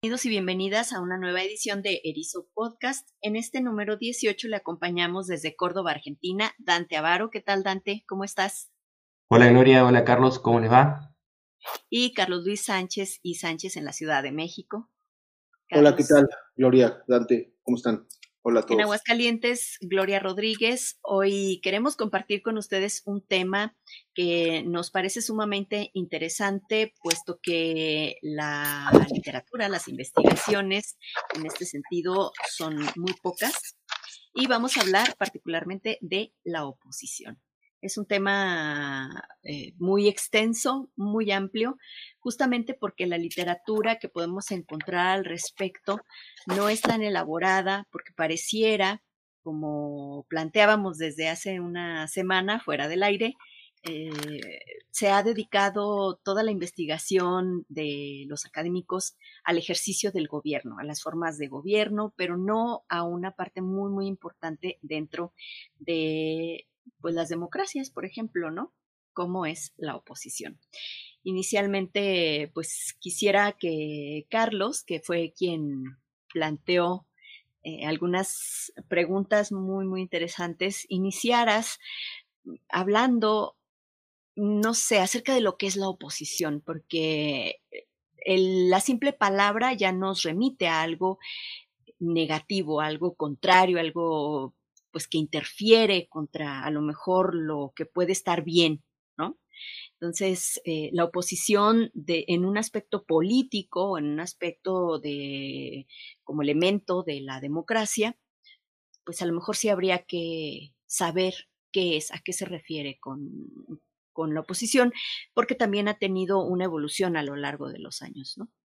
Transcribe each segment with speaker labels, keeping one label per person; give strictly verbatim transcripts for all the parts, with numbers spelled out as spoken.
Speaker 1: Bienvenidos y bienvenidas a una nueva edición de Erizo Podcast. En este número dieciocho le acompañamos desde Córdoba, Argentina, Dante Avaro. ¿Qué tal, Dante? ¿Cómo estás?
Speaker 2: Hola Gloria, hola Carlos, ¿cómo les va?
Speaker 1: Y Carlos Luis Sánchez y Sánchez en la Ciudad de México.
Speaker 3: Hola, ¿qué
Speaker 1: Carlos.
Speaker 3: tal? Gloria, Dante, ¿cómo están? Hola a
Speaker 1: En
Speaker 3: todos.
Speaker 1: Aguascalientes, Gloria Rodríguez. Hoy queremos compartir con ustedes un tema que nos parece sumamente interesante, puesto que la literatura, las investigaciones en este sentido son muy pocas. Y vamos a hablar particularmente de la oposición. Es un tema eh, muy extenso, muy amplio, justamente porque la literatura que podemos encontrar al respecto no es tan elaborada, porque pareciera, como planteábamos desde hace una semana fuera del aire, eh, se ha dedicado toda la investigación de los académicos al ejercicio del gobierno, a las formas de gobierno, pero no a una parte muy, muy importante dentro de pues, las democracias, por ejemplo, ¿no? ¿Cómo es la oposición? Inicialmente, pues quisiera que Carlos, que fue quien planteó eh, algunas preguntas muy, muy interesantes, iniciaras hablando, no sé, acerca de lo que es la oposición, porque el, la simple palabra ya nos remite a algo negativo, algo contrario, algo pues que interfiere contra a lo mejor lo que puede estar bien, ¿no? Entonces, eh, la oposición de, en un aspecto político, en un aspecto de, como elemento de la democracia, pues a lo mejor sí habría que saber qué es, a qué se refiere con, con la oposición, porque también ha tenido una evolución a lo largo de los años, ¿no?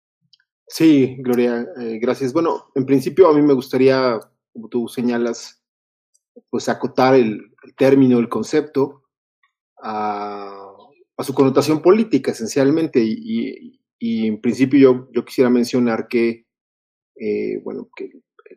Speaker 3: Sí, Gloria, eh, gracias. Bueno, en principio a mí me gustaría, como tú señalas, pues acotar el, el término, el concepto a, a su connotación política esencialmente y, y, y en principio yo, yo quisiera mencionar que, eh, bueno, que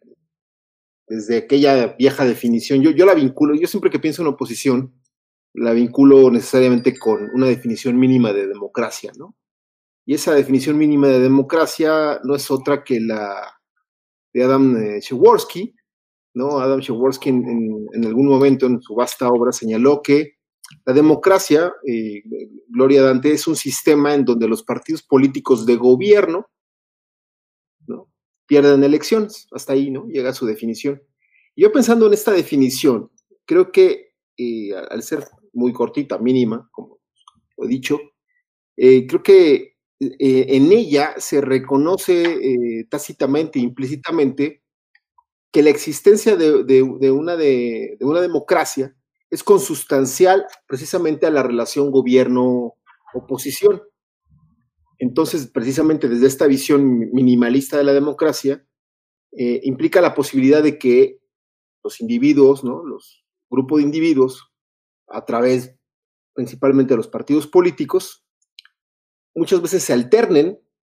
Speaker 3: desde aquella vieja definición, yo, yo la vinculo, yo siempre que pienso en oposición, la vinculo necesariamente con una definición mínima de democracia, ¿no? Y esa definición mínima de democracia no es otra que la de Adam eh, Przeworski, ¿no? Adam Przeworski en, en, en, algún momento en su vasta obra señaló que la democracia, eh, Gloria Dante, es un sistema en donde los partidos políticos de gobierno, ¿no?, pierden elecciones. Hasta ahí, ¿no?, llega su definición. Y yo pensando en esta definición, creo que eh, al ser muy cortita, mínima, como lo he dicho, eh, creo que Eh, en ella se reconoce eh, tácitamente, implícitamente, que la existencia de, de, de, una de, de una democracia es consustancial precisamente a la relación gobierno-oposición. Entonces, precisamente desde esta visión minimalista de la democracia, eh, implica la posibilidad de que los individuos, ¿no?, los grupos de individuos, a través principalmente de los partidos políticos, muchas veces se alternen,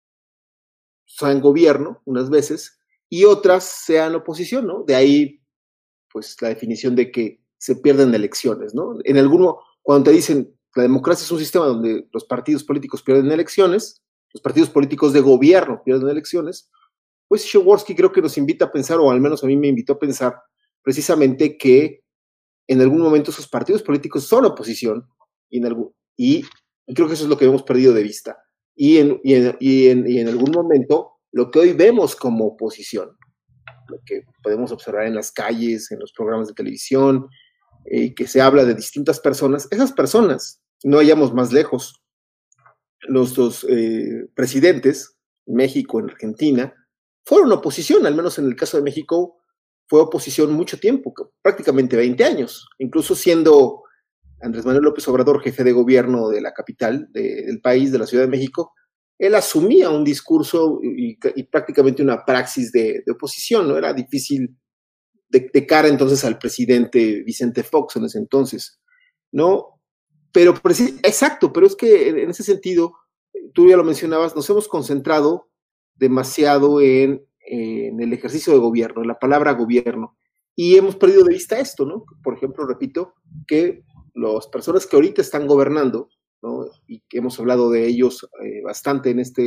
Speaker 3: sean gobierno unas veces, y otras sean oposición, ¿no? De ahí, pues, la definición de que se pierden elecciones, ¿no? En alguno, cuando te dicen, la democracia es un sistema donde los partidos políticos pierden elecciones, los partidos políticos de gobierno pierden elecciones, pues Przeworski creo que nos invita a pensar, o al menos a mí me invitó a pensar, precisamente que en algún momento esos partidos políticos son oposición, y en, algún, y, y creo que eso es lo que hemos perdido de vista. Y en, y, en, y, en, y en algún momento, lo que hoy vemos como oposición, lo que podemos observar en las calles, en los programas de televisión, eh, que se habla de distintas personas, esas personas, no vayamos más lejos, los dos eh, presidentes, en México, en Argentina, fueron oposición, al menos en el caso de México, fue oposición mucho tiempo, prácticamente veinte años, incluso siendo Andrés Manuel López Obrador jefe de gobierno de la capital de, del país, de la Ciudad de México, él asumía un discurso y, y prácticamente una praxis de, de oposición, ¿no? Era difícil de, de cara entonces al presidente Vicente Fox en ese entonces, ¿no? Pero, exacto, pero es que en ese sentido, tú ya lo mencionabas, nos hemos concentrado demasiado en, en el ejercicio de gobierno, en la palabra gobierno, y hemos perdido de vista esto, ¿no? Por ejemplo, repito, que las personas que ahorita están gobernando, ¿no?, y que hemos hablado de ellos eh, bastante en este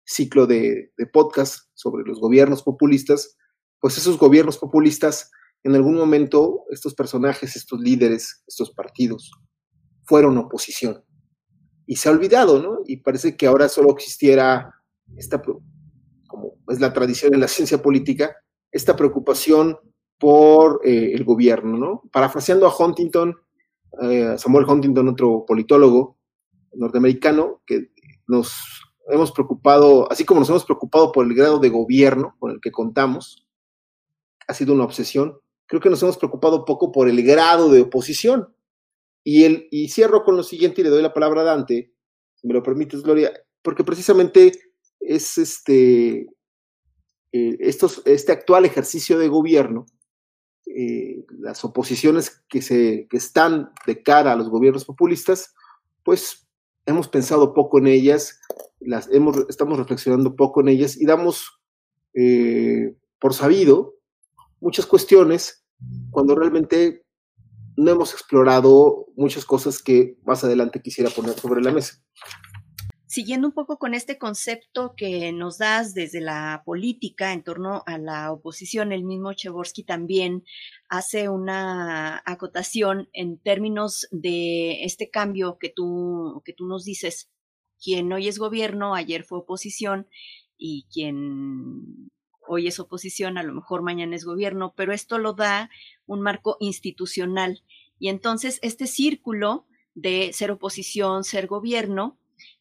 Speaker 3: ciclo de, de podcast sobre los gobiernos populistas, pues esos gobiernos populistas, en algún momento, estos personajes, estos líderes, estos partidos, fueron oposición. Y se ha olvidado, ¿no? Y parece que ahora solo existiera esta, como es la tradición en la ciencia política, esta preocupación por eh, el gobierno, ¿no? Parafraseando a Huntington, eh, Samuel Huntington, otro politólogo norteamericano, que nos hemos preocupado, así como nos hemos preocupado por el grado de gobierno con el que contamos, ha sido una obsesión, creo que nos hemos preocupado poco por el grado de oposición. Y, el, y cierro con lo siguiente y le doy la palabra a Dante, si me lo permites, Gloria, porque precisamente es este, eh, estos, este actual ejercicio de gobierno, eh, las oposiciones que, se, que están de cara a los gobiernos populistas, pues hemos pensado poco en ellas, las hemos, estamos reflexionando poco en ellas y damos eh, por sabido muchas cuestiones cuando realmente no hemos explorado muchas cosas que más adelante quisiera poner sobre la mesa.
Speaker 1: Siguiendo un poco con este concepto que nos das desde la política en torno a la oposición, el mismo Przeworski también hace una acotación en términos de este cambio que tú, que tú nos dices. Quien hoy es gobierno, ayer fue oposición, y quien hoy es oposición, a lo mejor mañana es gobierno, pero esto lo da un marco institucional. Y entonces este círculo de ser oposición, ser gobierno,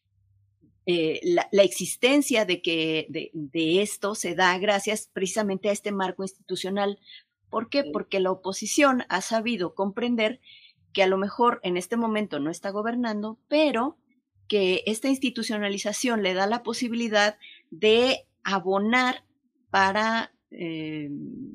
Speaker 1: Eh, la, la existencia de, que, de, de esto se da gracias precisamente a este marco institucional. ¿Por qué? Porque la oposición ha sabido comprender que a lo mejor en este momento no está gobernando, pero que esta institucionalización le da la posibilidad de abonar para, eh,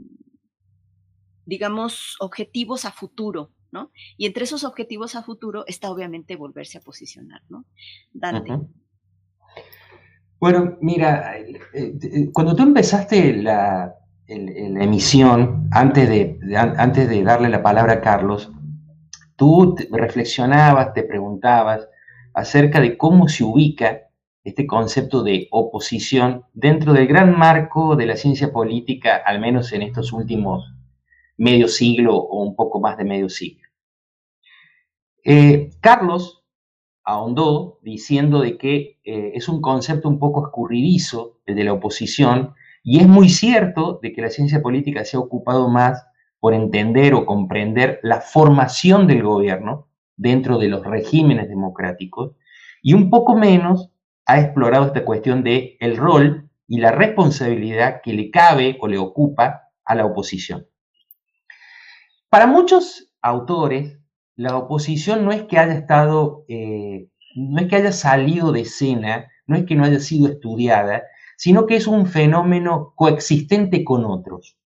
Speaker 1: digamos, objetivos a futuro, ¿no? Y entre esos objetivos a futuro está obviamente volverse a posicionar, ¿no? Dante.
Speaker 2: Uh-huh. Bueno, mira, cuando tú empezaste la, la emisión, antes de, de, antes de darle la palabra a Carlos, tú te reflexionabas, te preguntabas acerca de cómo se ubica este concepto de oposición dentro del gran marco de la ciencia política, al menos en estos últimos medio siglo o un poco más de medio siglo. Eh, Carlos ahondó diciendo de que eh, es un concepto un poco escurridizo, el de la oposición, y es muy cierto de que la ciencia política se ha ocupado más por entender o comprender la formación del gobierno dentro de los regímenes democráticos, y un poco menos ha explorado esta cuestión de el rol y la responsabilidad que le cabe o le ocupa a la oposición. Para muchos autores, la oposición no es que haya estado, eh, no es que haya salido de escena, no es que no haya sido estudiada, sino que es un fenómeno coexistente con otros.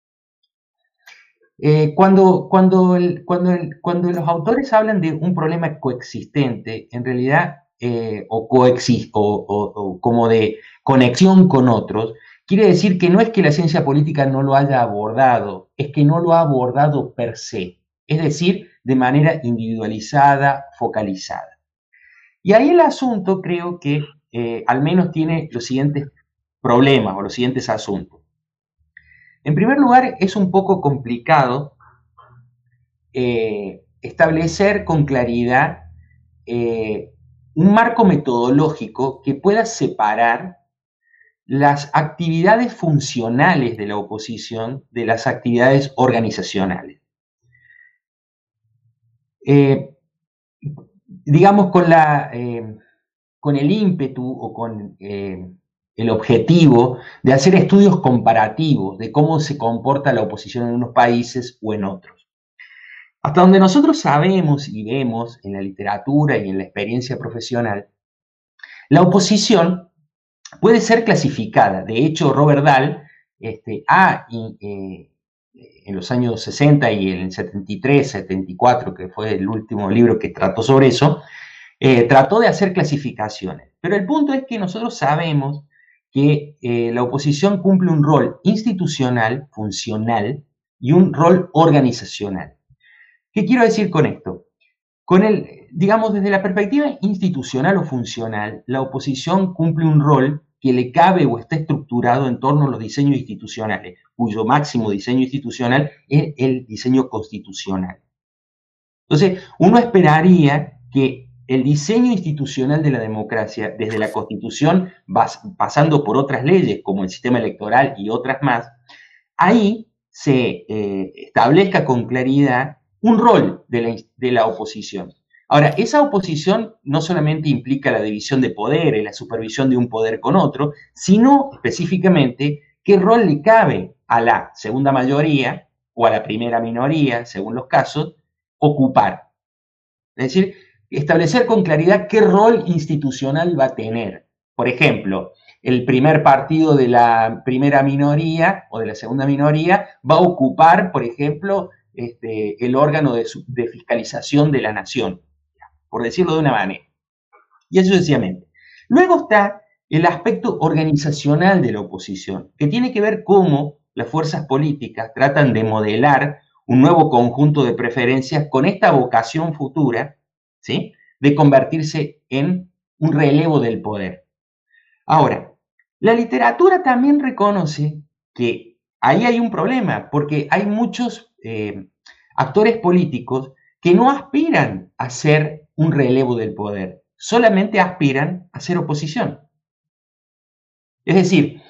Speaker 2: Eh, cuando, cuando, el, cuando, el, cuando los autores hablan de un problema coexistente, en realidad, eh, o, coexist, o, o, o como de conexión con otros, quiere decir que no es que la ciencia política no lo haya abordado, es que no lo ha abordado per se, es decir, de manera individualizada, focalizada. Y ahí el asunto creo que eh, al menos tiene los siguientes problemas o los siguientes asuntos. En primer lugar, es un poco complicado eh, establecer con claridad eh, un marco metodológico que pueda separar las actividades funcionales de la oposición de las actividades organizacionales. Eh, digamos, con, la, eh, con el ímpetu o con eh, el objetivo de hacer estudios comparativos de cómo se comporta la oposición en unos países o en otros. Hasta donde nosotros sabemos y vemos en la literatura y en la experiencia profesional, la oposición puede ser clasificada. De hecho, Robert Dahl este, ha, eh, en los años sesenta y en el setenta y tres, setenta y cuatro, que fue el último libro que trató sobre eso, eh, trató de hacer clasificaciones. Pero el punto es que nosotros sabemos que eh, la oposición cumple un rol institucional, funcional, y un rol organizacional. ¿Qué quiero decir con esto? Con el, digamos, desde la perspectiva institucional o funcional, la oposición cumple un rol que le cabe o está estructurado en torno a los diseños institucionales, cuyo máximo diseño institucional es el diseño constitucional. Entonces, uno esperaría que el diseño institucional de la democracia, desde la Constitución, pasando por otras leyes, como el sistema electoral y otras más, ahí se eh, establezca con claridad un rol de la, de la oposición. Ahora, esa oposición no solamente implica la división de poderes, la supervisión de un poder con otro, sino específicamente qué rol le cabe a la segunda mayoría o a la primera minoría, según los casos, ocupar. Es decir, establecer con claridad qué rol institucional va a tener. Por ejemplo, el primer partido de la primera minoría o de la segunda minoría va a ocupar, por ejemplo, este, el órgano de, de fiscalización de la nación, por decirlo de una manera. Y eso sencillamente. Luego está el aspecto organizacional de la oposición, que tiene que ver cómo las fuerzas políticas tratan de modelar un nuevo conjunto de preferencias con esta vocación futura, ¿sí?, de convertirse en un relevo del poder. Ahora, la literatura también reconoce que ahí hay un problema, porque hay muchos eh, actores políticos que no aspiran a ser un relevo del poder, solamente aspiran a ser oposición. Es decir,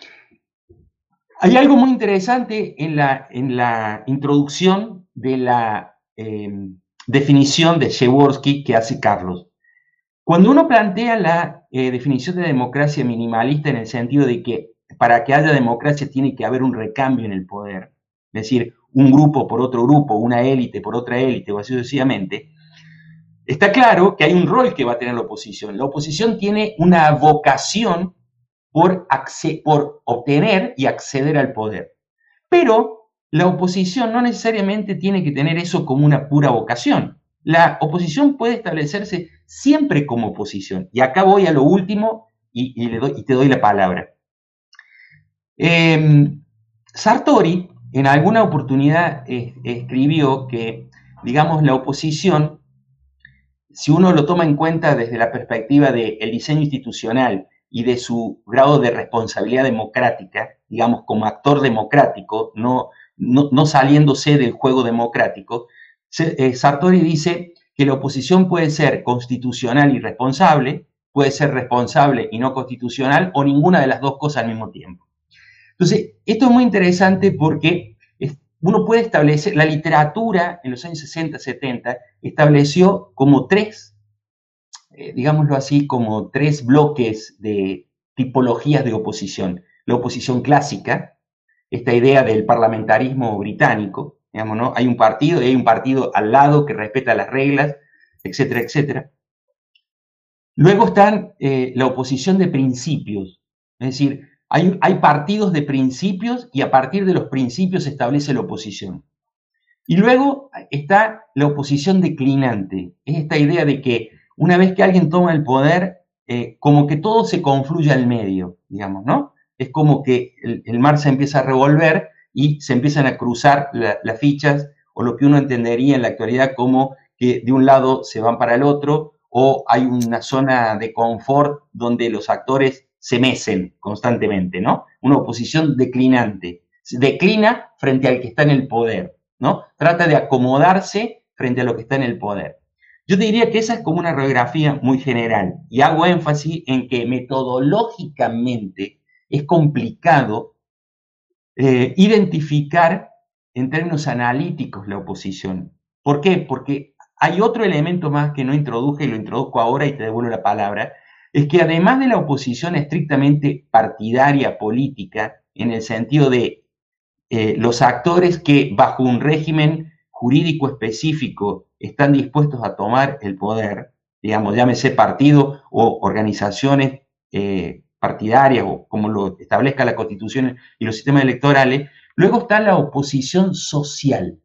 Speaker 2: hay algo muy interesante en la, en la introducción de la eh, definición de Przeworski que hace Carlos. Cuando uno plantea la eh, definición de democracia minimalista en el sentido de que para que haya democracia tiene que haber un recambio en el poder, es decir, un grupo por otro grupo, una élite por otra élite, o así sucesivamente, está claro que hay un rol que va a tener la oposición. La oposición tiene una vocación por, por obtener y acceder al poder. Pero la oposición no necesariamente tiene que tener eso como una pura vocación. La oposición puede establecerse siempre como oposición. Y acá voy a lo último y, y, le doy, y te doy la palabra. Eh, Sartori en alguna oportunidad eh, escribió que, digamos, la oposición, si uno lo toma en cuenta desde la perspectiva del diseño institucional y de su grado de responsabilidad democrática, digamos, como actor democrático, no, no, no saliéndose del juego democrático, eh, Sartori dice que la oposición puede ser constitucional y responsable, puede ser responsable y no constitucional, o ninguna de las dos cosas al mismo tiempo. Entonces, esto es muy interesante porque uno puede establecer, la literatura en los años sesenta, setenta, estableció como tres, eh, digámoslo así, como tres bloques de tipologías de oposición. La oposición clásica, esta idea del parlamentarismo británico, digamos, ¿no? Hay un partido y hay un partido al lado que respeta las reglas, etcétera, etcétera. Luego están eh, la oposición de principios, es decir, hay, hay partidos de principios y a partir de los principios se establece la oposición. Y luego está la oposición declinante, es esta idea de que una vez que alguien toma el poder, eh, como que todo se confluye al medio, digamos, ¿no? Es como que el, el mar se empieza a revolver y se empiezan a cruzar la, las fichas, o lo que uno entendería en la actualidad como que de un lado se van para el otro, o hay una zona de confort donde los actores se mecen constantemente, ¿no? Una oposición declinante. Se declina frente al que está en el poder, ¿no? Trata de acomodarse frente a lo que está en el poder. Yo te diría que esa es como una radiografía muy general, y hago énfasis en que metodológicamente es complicado eh, identificar en términos analíticos la oposición. ¿Por qué? Porque hay otro elemento más que no introduje y lo introduzco ahora y te devuelvo la palabra, es que además de la oposición estrictamente partidaria, política, en el sentido de eh, los actores que bajo un régimen jurídico específico están dispuestos a tomar el poder, digamos, llámese partido o organizaciones eh, partidarias o como lo establezca la Constitución y los sistemas electorales, luego está la oposición social.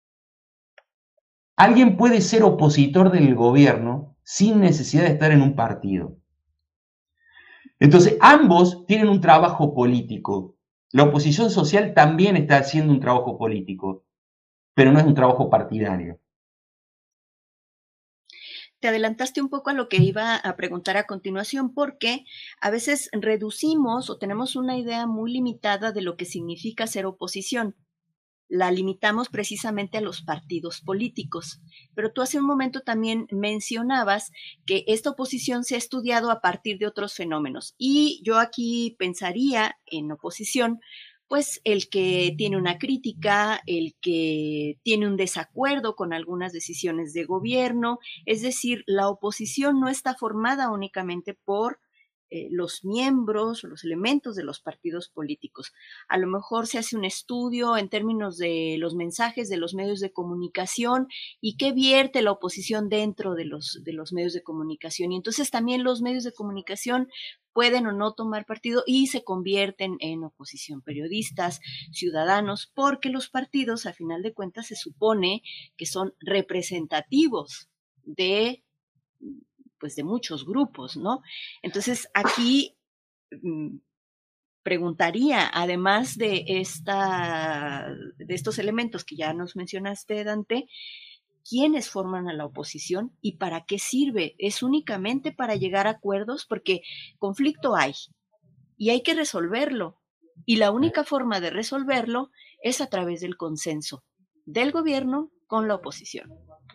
Speaker 2: Alguien puede ser opositor del gobierno sin necesidad de estar en un partido. Entonces, ambos tienen un trabajo político. La oposición social también está haciendo un trabajo político, pero no es un trabajo partidario.
Speaker 1: te adelantaste un poco a lo que iba a preguntar a continuación, porque a veces reducimos o tenemos una idea muy limitada de lo que significa ser oposición. La limitamos precisamente a los partidos políticos. Pero tú hace un momento también mencionabas que esta oposición se ha estudiado a partir de otros fenómenos. Y yo aquí pensaría en oposición, pues el que tiene una crítica, el que tiene un desacuerdo con algunas decisiones de gobierno, es decir, la oposición no está formada únicamente por eh, los miembros o los elementos de los partidos políticos. A lo mejor se hace un estudio en términos de los mensajes de los medios de comunicación y qué vierte la oposición dentro de los, de los medios de comunicación. Y entonces también los medios de comunicación pueden o no tomar partido y se convierten en oposición, periodistas, ciudadanos, porque los partidos, a final de cuentas, se supone que son representativos de, pues, de muchos grupos, ¿no? Entonces, aquí mmm, preguntaría, además de, esta, de estos elementos que ya nos mencionaste, Dante, ¿quiénes forman a la oposición y para qué sirve? ¿Es únicamente para llegar a acuerdos? Porque conflicto hay y hay que resolverlo. Y la única forma de resolverlo es a través del consenso del gobierno con la oposición.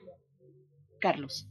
Speaker 1: Carlos.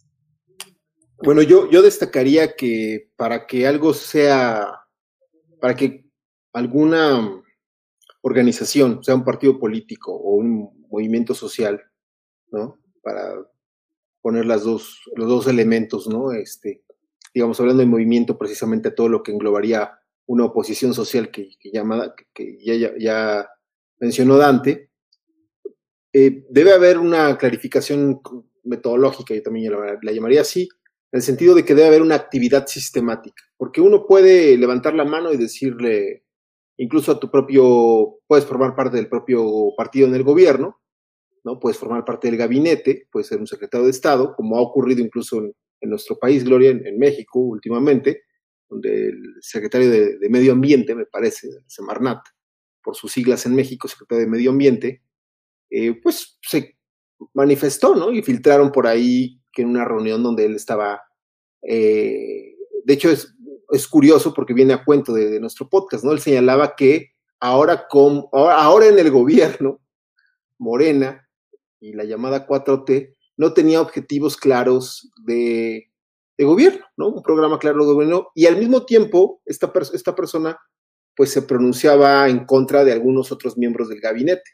Speaker 3: Bueno, yo, yo destacaría que para que algo sea, para que alguna organización, sea un partido político o un movimiento social, ¿no? Para poner las dos, los dos elementos, ¿no? Este, digamos, hablando de movimiento, precisamente todo lo que englobaría una oposición social que, que, llama, que, que ya, ya, ya mencionó Dante, eh, debe haber una clarificación metodológica, yo también la, la llamaría así, en el sentido de que debe haber una actividad sistemática, porque uno puede levantar la mano y decirle, incluso a tu propio, puedes formar parte del propio partido en el gobierno, ¿no? Puedes formar parte del gabinete, puedes ser un secretario de Estado, como ha ocurrido incluso en, en nuestro país, Gloria, en, en México últimamente, donde el secretario de, de Medio Ambiente, me parece, Semarnat, por sus siglas en México, secretario de Medio Ambiente, eh, pues se manifestó, ¿no? Y filtraron por ahí que en una reunión donde él estaba, eh, de hecho es, es curioso porque viene a cuento de, de nuestro podcast, ¿no? Él señalaba que ahora, con, ahora, ahora en el gobierno, Morena y la llamada cuatro T no tenía objetivos claros de, de gobierno, ¿no? Un programa claro de gobierno, y al mismo tiempo esta, esta persona pues se pronunciaba en contra de algunos otros miembros del gabinete.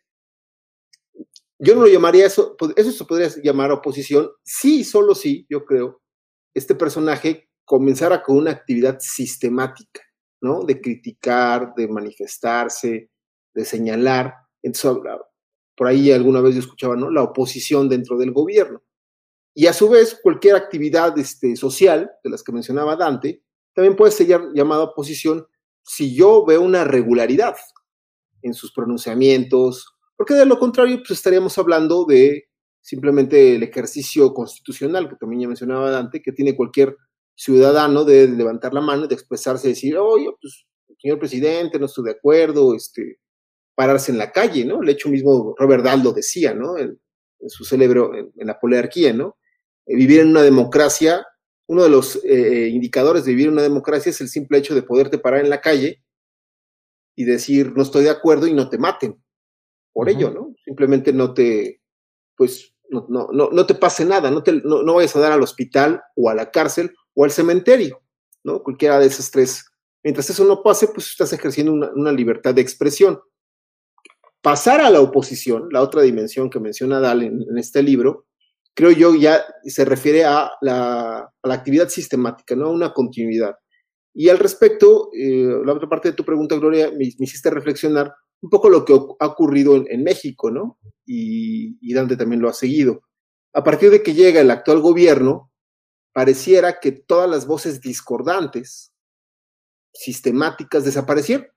Speaker 3: Yo no lo llamaría eso, eso se podría llamar oposición, sí, solo sí, yo creo, este personaje comenzara con una actividad sistemática, ¿no? De criticar, de manifestarse, de señalar. Entonces, por ahí alguna vez yo escuchaba, ¿no? La oposición dentro del gobierno. Y a su vez, cualquier actividad este, social, de las que mencionaba Dante, también puede ser llamada oposición si yo veo una regularidad en sus pronunciamientos, porque de lo contrario, pues estaríamos hablando de simplemente el ejercicio constitucional, que también ya mencionaba Dante, que tiene cualquier ciudadano de levantar la mano, de expresarse, decir, oye, pues, señor presidente, no estoy de acuerdo, este, pararse en la calle, ¿no? El hecho mismo, Robert Dahl lo decía, ¿no? En, en su célebre, en, en la poliarquía, ¿no? Eh, vivir en una democracia, uno de los eh, indicadores de vivir en una democracia es el simple hecho de poderte parar en la calle y decir, no estoy de acuerdo y no te maten por uh-huh. ello, ¿no? Simplemente no te, pues, no, no, no, no te pase nada, no, te, no, no vayas a dar al hospital o a la cárcel o al cementerio, ¿no? Cualquiera de esas tres. Mientras eso no pase, pues estás ejerciendo una, una libertad de expresión. Pasar a la oposición, la otra dimensión que menciona Dahl en, en este libro, creo yo ya se refiere a la, a la actividad sistemática, ¿no? A una continuidad. Y al respecto, eh, la otra parte de tu pregunta, Gloria, me, me hiciste reflexionar un poco lo que ha ocurrido en, en México, ¿no? Y, y Dante también lo ha seguido. A partir de que llega el actual gobierno, pareciera que todas las voces discordantes, sistemáticas, desaparecieron.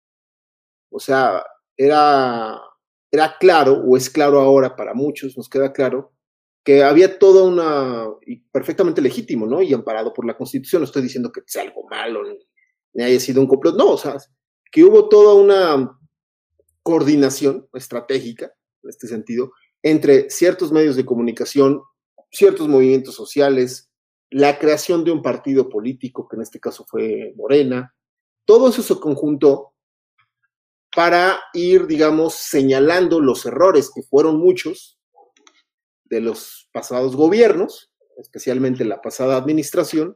Speaker 3: O sea, era, era claro, o es claro ahora para muchos, nos queda claro, que había toda una, y perfectamente legítimo, ¿no? Y amparado por la Constitución, no estoy diciendo que sea algo malo, ni, ni haya sido un complot, no, o sea, que hubo toda una coordinación estratégica, en este sentido, entre ciertos medios de comunicación ciertos movimientos sociales, la creación de un partido político, que en este caso fue Morena. Todo eso se conjuntó para ir, digamos, señalando los errores, que fueron muchos, de los pasados gobiernos, especialmente la pasada administración,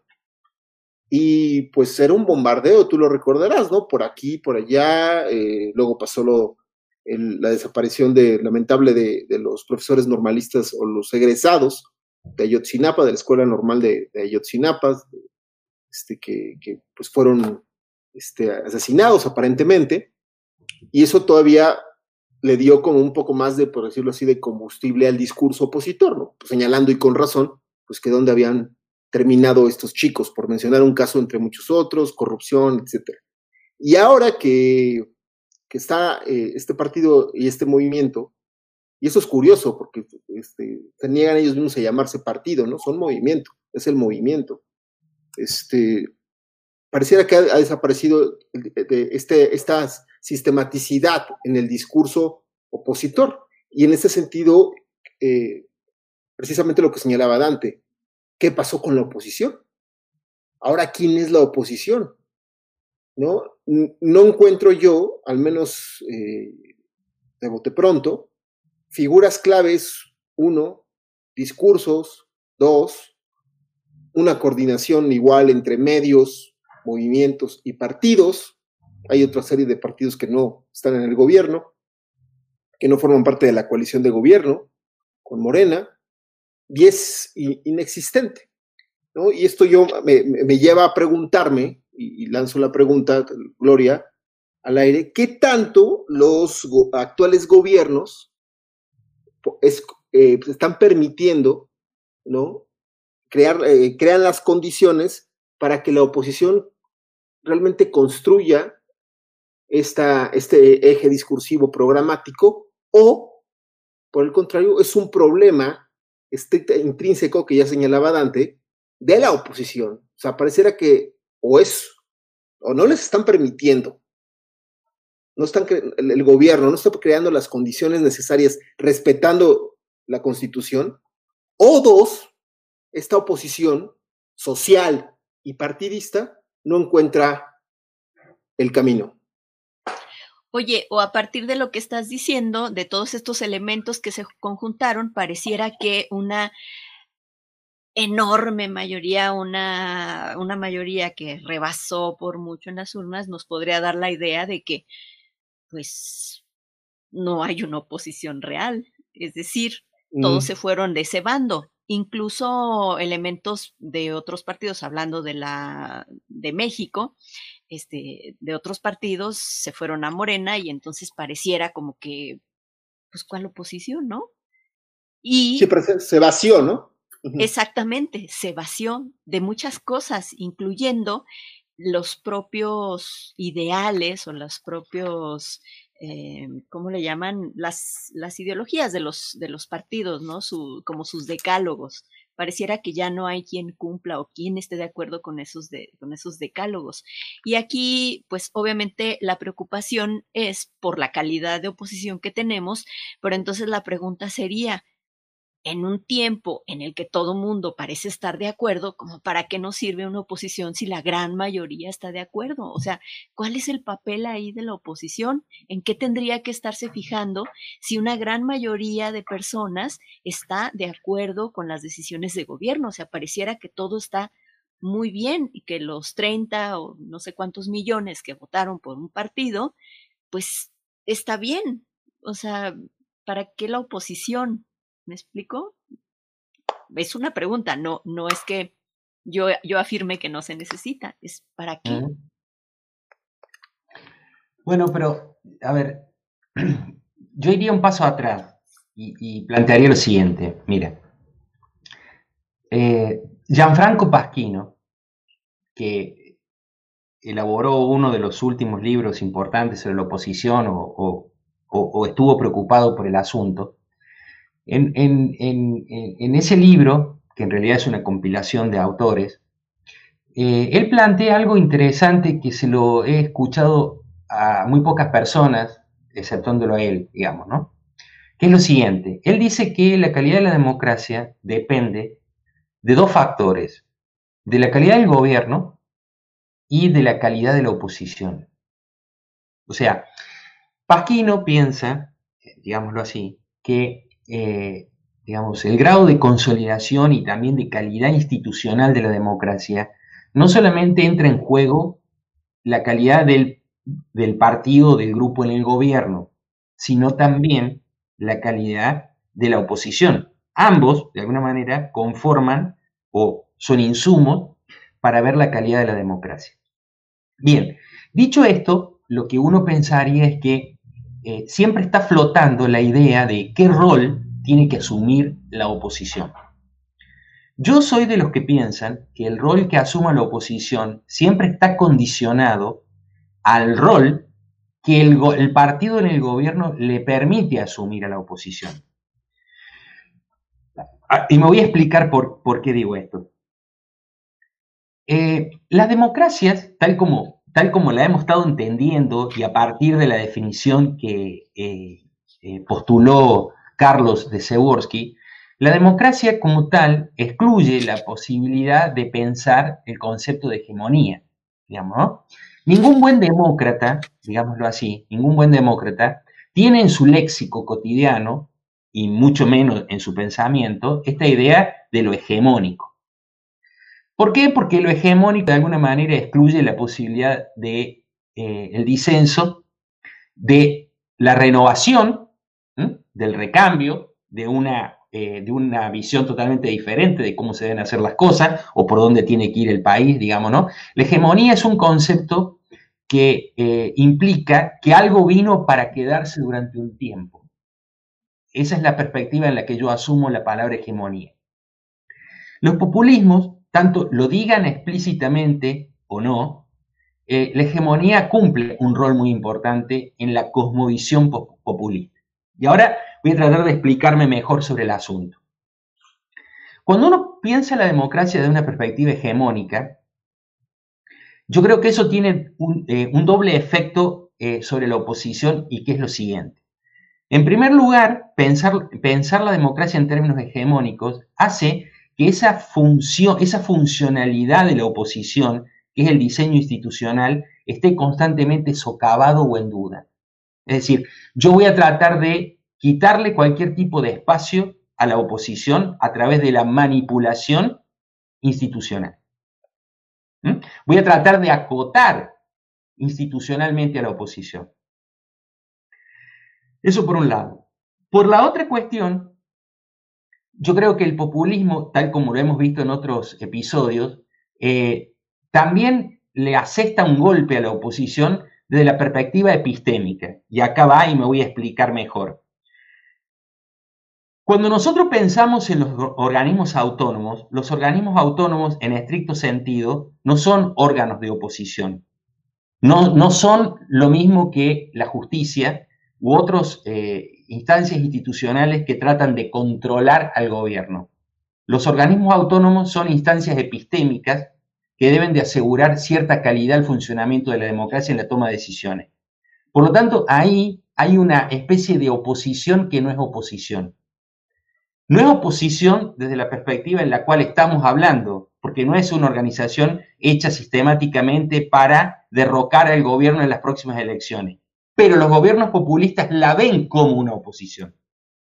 Speaker 3: y pues era un bombardeo, tú lo recordarás, ¿no? Por aquí, por allá, eh, luego pasó lo, el, la desaparición de, lamentable de, de los profesores normalistas o los egresados de Ayotzinapa, de la Escuela Normal de, de Ayotzinapa, este, que, que pues fueron este, asesinados aparentemente, y eso todavía le dio como un poco más de, por decirlo así, de combustible al discurso opositor, ¿no? Pues señalando y con razón, pues que dónde habían terminado estos chicos, por mencionar un caso entre muchos otros, corrupción, etcétera. Y ahora que, que está eh, este partido y este movimiento, y eso es curioso, porque este, se niegan ellos mismos a llamarse partido, ¿no? Son movimiento, es el movimiento. Este, pareciera que ha, ha desaparecido este, esta sistematicidad en el discurso opositor. Y en ese sentido, eh, precisamente lo que señalaba Dante, ¿qué pasó con la oposición? Ahora, ¿quién es la oposición? ¿No? No encuentro yo, al menos eh, de bote pronto, figuras claves, uno, discursos, dos, una coordinación igual entre medios, movimientos y partidos. Hay otra serie de partidos que no están en el gobierno, que no forman parte de la coalición de gobierno con Morena, y es inexistente, ¿no? Y esto yo me, me lleva a preguntarme, y, y lanzo la pregunta, Gloria, al aire, ¿qué tanto los go actuales gobiernos es, eh, están permitiendo, ¿no? Crear, eh, crean las condiciones para que la oposición realmente construya esta, este eje discursivo programático, o, por el contrario, es un problema estricto, intrínseco, que ya señalaba Dante, de la oposición? O sea, pareciera que o es, o no les están permitiendo, no están, el, el gobierno no está creando las condiciones necesarias respetando la Constitución, o dos, esta oposición social y partidista no encuentra el camino.
Speaker 1: Oye, o a partir de lo que estás diciendo, de todos estos elementos que se conjuntaron, pareciera que una enorme mayoría, una, una mayoría que rebasó por mucho en las urnas, nos podría dar la idea de que, pues, no hay una oposición real. Es decir, mm. todos se fueron de ese bando. Incluso elementos de otros partidos, hablando de la de México, este, de otros partidos se fueron a Morena, y entonces pareciera como que, pues, ¿cuál oposición, no? Y
Speaker 3: sí, pero se, se vació, ¿no?
Speaker 1: Exactamente, se vació de muchas cosas, incluyendo los propios ideales o los propios, eh, ¿cómo le llaman? Las, las ideologías de los, de los partidos, ¿no? Su, como sus decálogos. Pareciera que ya no hay quien cumpla o quien esté de acuerdo con esos, de, con esos decálogos. Y aquí, pues obviamente la preocupación es por la calidad de oposición que tenemos, pero entonces la pregunta sería, en un tiempo en el que todo mundo parece estar de acuerdo, ¿como para qué nos sirve una oposición si la gran mayoría está de acuerdo? O sea, ¿cuál es el papel ahí de la oposición? ¿En qué tendría que estarse fijando si una gran mayoría de personas está de acuerdo con las decisiones de gobierno? O sea, pareciera que todo está muy bien y que los treinta o no sé cuántos millones que votaron por un partido, pues está bien. O sea, ¿para qué la oposición? ¿Me explico? Es una pregunta, no, no es que yo, yo afirme que no se necesita, es ¿para qué? Uh-huh.
Speaker 2: Bueno, pero, a ver, yo iría un paso atrás y, y plantearía lo siguiente. Mira, eh, Gianfranco Pasquino, que elaboró uno de los últimos libros importantes sobre la oposición o, o, o estuvo preocupado por el asunto, En, en, en, en ese libro, que en realidad es una compilación de autores, eh, él plantea algo interesante que se lo he escuchado a muy pocas personas, exceptuándolo a él, digamos, ¿no? que es lo siguiente. Él dice que la calidad de la democracia depende de dos factores, de la calidad del gobierno y de la calidad de la oposición. O sea, Pasquino piensa, digámoslo así, que eh, digamos, el grado de consolidación y también de calidad institucional de la democracia no solamente entra en juego la calidad del, del partido, del grupo en el gobierno, sino también la calidad de la oposición. Ambos, de alguna manera, conforman o son insumos para ver la calidad de la democracia. Bien, dicho esto, lo que uno pensaría es que eh, siempre está flotando la idea de qué rol tiene que asumir la oposición. Yo soy de los que piensan que el rol que asuma la oposición siempre está condicionado al rol que el, el partido en el gobierno le permite asumir a la oposición. Y me voy a explicar por, por qué digo esto. Eh, las democracias, tal como, tal como la hemos estado entendiendo y a partir de la definición que eh, eh, postuló Carlos de Przeworski, la democracia como tal excluye la posibilidad de pensar el concepto de hegemonía, digamos, ¿no? Ningún buen demócrata, digámoslo así, ningún buen demócrata tiene en su léxico cotidiano, y mucho menos en su pensamiento, esta idea de lo hegemónico. ¿Por qué? Porque lo hegemónico de alguna manera excluye la posibilidad de eh, el disenso, de la renovación, ¿m? Del recambio, de una, eh, de una visión totalmente diferente de cómo se deben hacer las cosas o por dónde tiene que ir el país, digamos, ¿no? La hegemonía es un concepto que eh, implica que algo vino para quedarse durante un tiempo. Esa es la perspectiva en la que yo asumo la palabra hegemonía. Los populismos, tanto lo digan explícitamente o no, eh, la hegemonía cumple un rol muy importante en la cosmovisión populista. Y ahora voy a tratar de explicarme mejor sobre el asunto. Cuando uno piensa en la democracia desde una perspectiva hegemónica, yo creo que eso tiene un, eh, un doble efecto eh, sobre la oposición y que es lo siguiente. En primer lugar, pensar, pensar la democracia en términos hegemónicos hace que esa función, esa funcionalidad de la oposición, que es el diseño institucional, esté constantemente socavado o en duda. Es decir, yo voy a tratar de quitarle cualquier tipo de espacio a la oposición a través de la manipulación institucional. ¿Mm? Voy a tratar de acotar institucionalmente a la oposición. Eso por un lado. Por la otra cuestión, yo creo que el populismo, tal como lo hemos visto en otros episodios, eh, también le asesta un golpe a la oposición desde la perspectiva epistémica. Y acá va y me voy a explicar mejor. Cuando nosotros pensamos en los organismos autónomos, los organismos autónomos en estricto sentido no son órganos de oposición. No, no son lo mismo que la justicia u otras eh, instancias institucionales que tratan de controlar al gobierno. Los organismos autónomos son instancias epistémicas que deben de asegurar cierta calidad al funcionamiento de la democracia en la toma de decisiones. Por lo tanto, ahí hay una especie de oposición que no es oposición. No es oposición desde la perspectiva en la cual estamos hablando, porque no es una organización hecha sistemáticamente para derrocar al gobierno en las próximas elecciones. Pero los gobiernos populistas la ven como una oposición.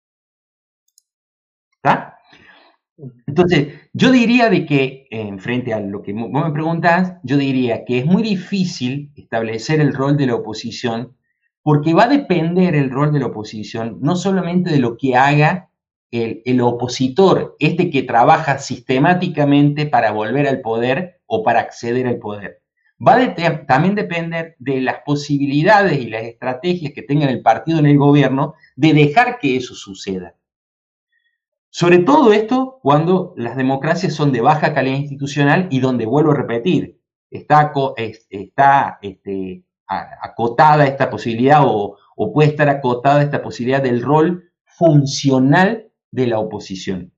Speaker 2: ¿Está? Entonces, yo diría de que, en frente a lo que vos me preguntás, yo diría que es muy difícil establecer el rol de la oposición, porque va a depender el rol de la oposición no solamente de lo que haga el, el opositor, este que trabaja sistemáticamente para volver al poder o para acceder al poder. Va a de, también depender de las posibilidades y las estrategias que tenga el partido en el gobierno de dejar que eso suceda. Sobre todo esto cuando las democracias son de baja calidad institucional y donde, vuelvo a repetir, está, está este, acotada esta posibilidad o, o puede estar acotada esta posibilidad del rol funcional de la oposición.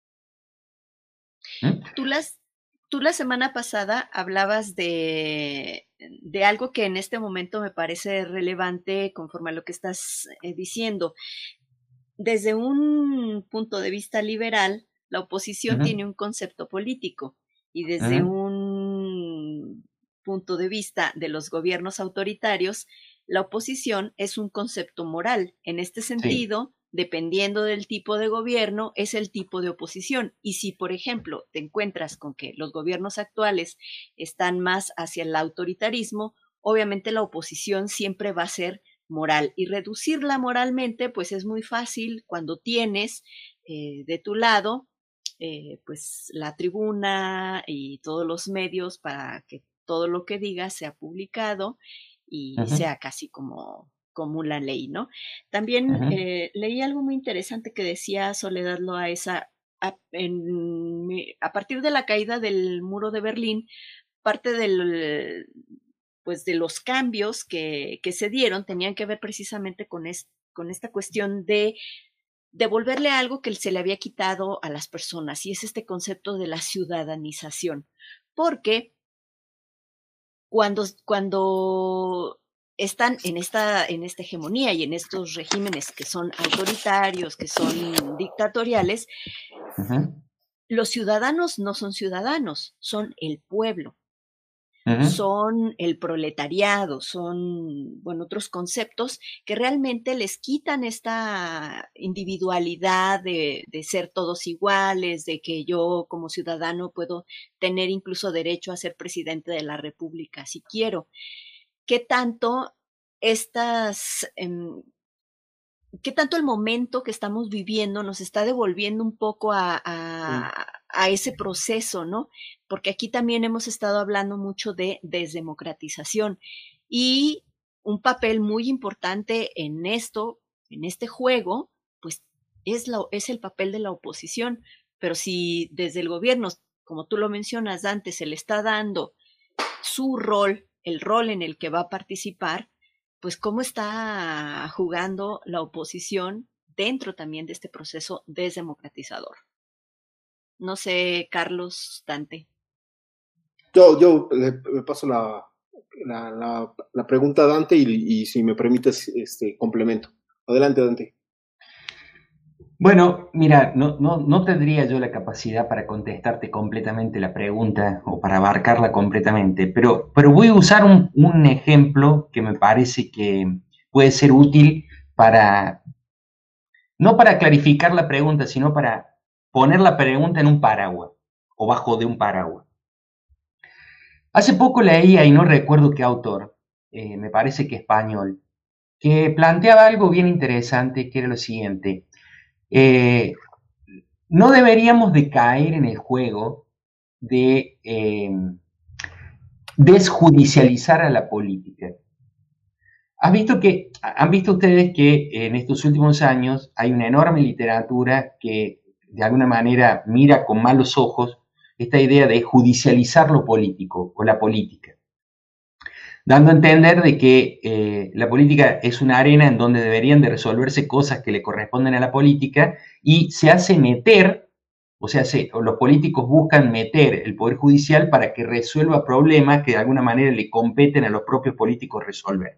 Speaker 1: ¿Mm? Tú, las, tú la semana pasada hablabas de, de algo que en este momento me parece relevante conforme a lo que estás eh, diciendo. desde un punto de vista liberal, la oposición
Speaker 2: Ujú,
Speaker 1: tiene un concepto político y desde
Speaker 2: ujú,
Speaker 1: un punto de vista de los gobiernos autoritarios, la oposición es un concepto moral. En este
Speaker 2: sí.
Speaker 1: sentido, dependiendo del tipo de gobierno, es el tipo de oposición. Y si, por ejemplo, te encuentras con que los gobiernos actuales están más hacia el autoritarismo, obviamente la oposición siempre va a ser moral. Y reducirla moralmente, pues es muy fácil cuando tienes eh, de tu lado, eh, pues la tribuna y todos los medios para que todo lo que diga sea publicado y
Speaker 2: Ujú,
Speaker 1: sea casi como, como una ley, ¿no? También
Speaker 2: ujú,
Speaker 1: eh, leí algo muy interesante que decía Soledad Loaesa, a, en, a partir de la caída del muro de Berlín, parte del, pues de los cambios que, que se dieron tenían que ver precisamente con, es, con esta cuestión de devolverle algo que se le había quitado a las personas, y es este concepto de la ciudadanización. Porque cuando, cuando están en esta, en esta hegemonía y en estos regímenes que son autoritarios, que son dictatoriales,
Speaker 2: ujú,
Speaker 1: los ciudadanos no son ciudadanos, son el pueblo.
Speaker 2: ujú.
Speaker 1: Son el proletariado, son, bueno, otros conceptos que realmente les quitan esta individualidad de, de ser todos iguales, de que yo como ciudadano puedo tener incluso derecho a ser presidente de la República si quiero. ¿Qué tanto estas, eh, qué tanto el momento que estamos viviendo nos está devolviendo un poco a,
Speaker 3: Sí.
Speaker 1: a, a, ese proceso, ¿no? Porque aquí también hemos estado hablando mucho de desdemocratización y un papel muy importante en esto, en este juego, pues es, la, es el papel de la oposición. Pero si desde el gobierno, como tú lo mencionas, Dante, se le está dando su rol, el rol en el que va a participar, pues cómo está jugando la oposición dentro también de este proceso desdemocratizador. No sé, Carlos, Dante.
Speaker 3: Yo, yo le, le paso la, la, la, la pregunta a Dante y, y si me permites, este, complemento. Adelante, Dante.
Speaker 2: Bueno, mira, no, no, no tendría yo la capacidad para contestarte completamente la pregunta o para abarcarla completamente, pero, pero voy a usar un, un ejemplo que me parece que puede ser útil para, no para clarificar la pregunta, sino para poner la pregunta en un paraguas o bajo de un paraguas. Hace poco leía, y no recuerdo qué autor, eh, me parece que español, que planteaba algo bien interesante, que era lo siguiente. Eh, no deberíamos de caer en el juego de eh, desjudicializar a la política. ¿Has visto que, ¿Han visto ustedes que en estos últimos años hay una enorme literatura que de alguna manera mira con malos ojos esta idea de judicializar lo político o la política? Dando a entender de que eh, la política es una arena en donde deberían de resolverse cosas que le corresponden a la política y se hace meter, o sea, se, o los políticos buscan meter el Poder Judicial para que resuelva problemas que de alguna manera le competen a los propios políticos resolver.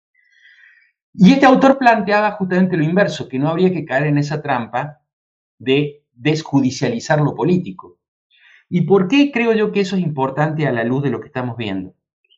Speaker 2: Y este autor planteaba justamente lo inverso, que no habría que caer en esa trampa de desjudicializar lo político. ¿Y por qué creo yo que eso es importante a la luz de lo que estamos viendo?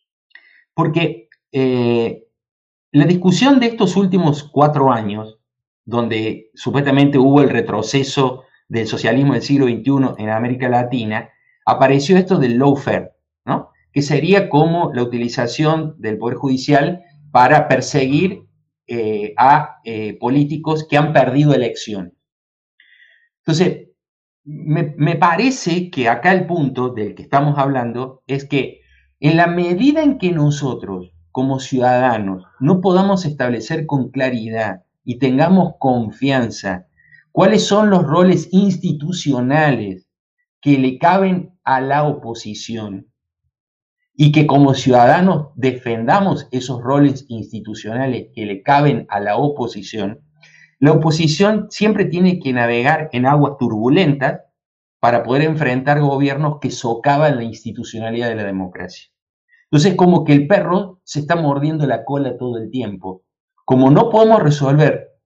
Speaker 2: Porque eh, la discusión de estos últimos cuatro años, donde supuestamente hubo el retroceso del socialismo del siglo veintiuno en América Latina, apareció esto del lawfare, ¿no? Que sería como la utilización del Poder Judicial para perseguir eh, a eh, políticos que han perdido elecciones. Entonces, me, me parece que acá el punto del que estamos hablando es que en la medida en que nosotros, como ciudadanos, no podamos establecer con claridad y tengamos confianza cuáles son los roles institucionales que le caben a la oposición y que como ciudadanos defendamos esos roles institucionales que le caben a la oposición, la oposición siempre tiene que navegar en aguas turbulentas para poder enfrentar gobiernos que socavan la institucionalidad de la democracia. Entonces, como que el perro se está mordiendo la cola todo el tiempo. Como no podemos resolver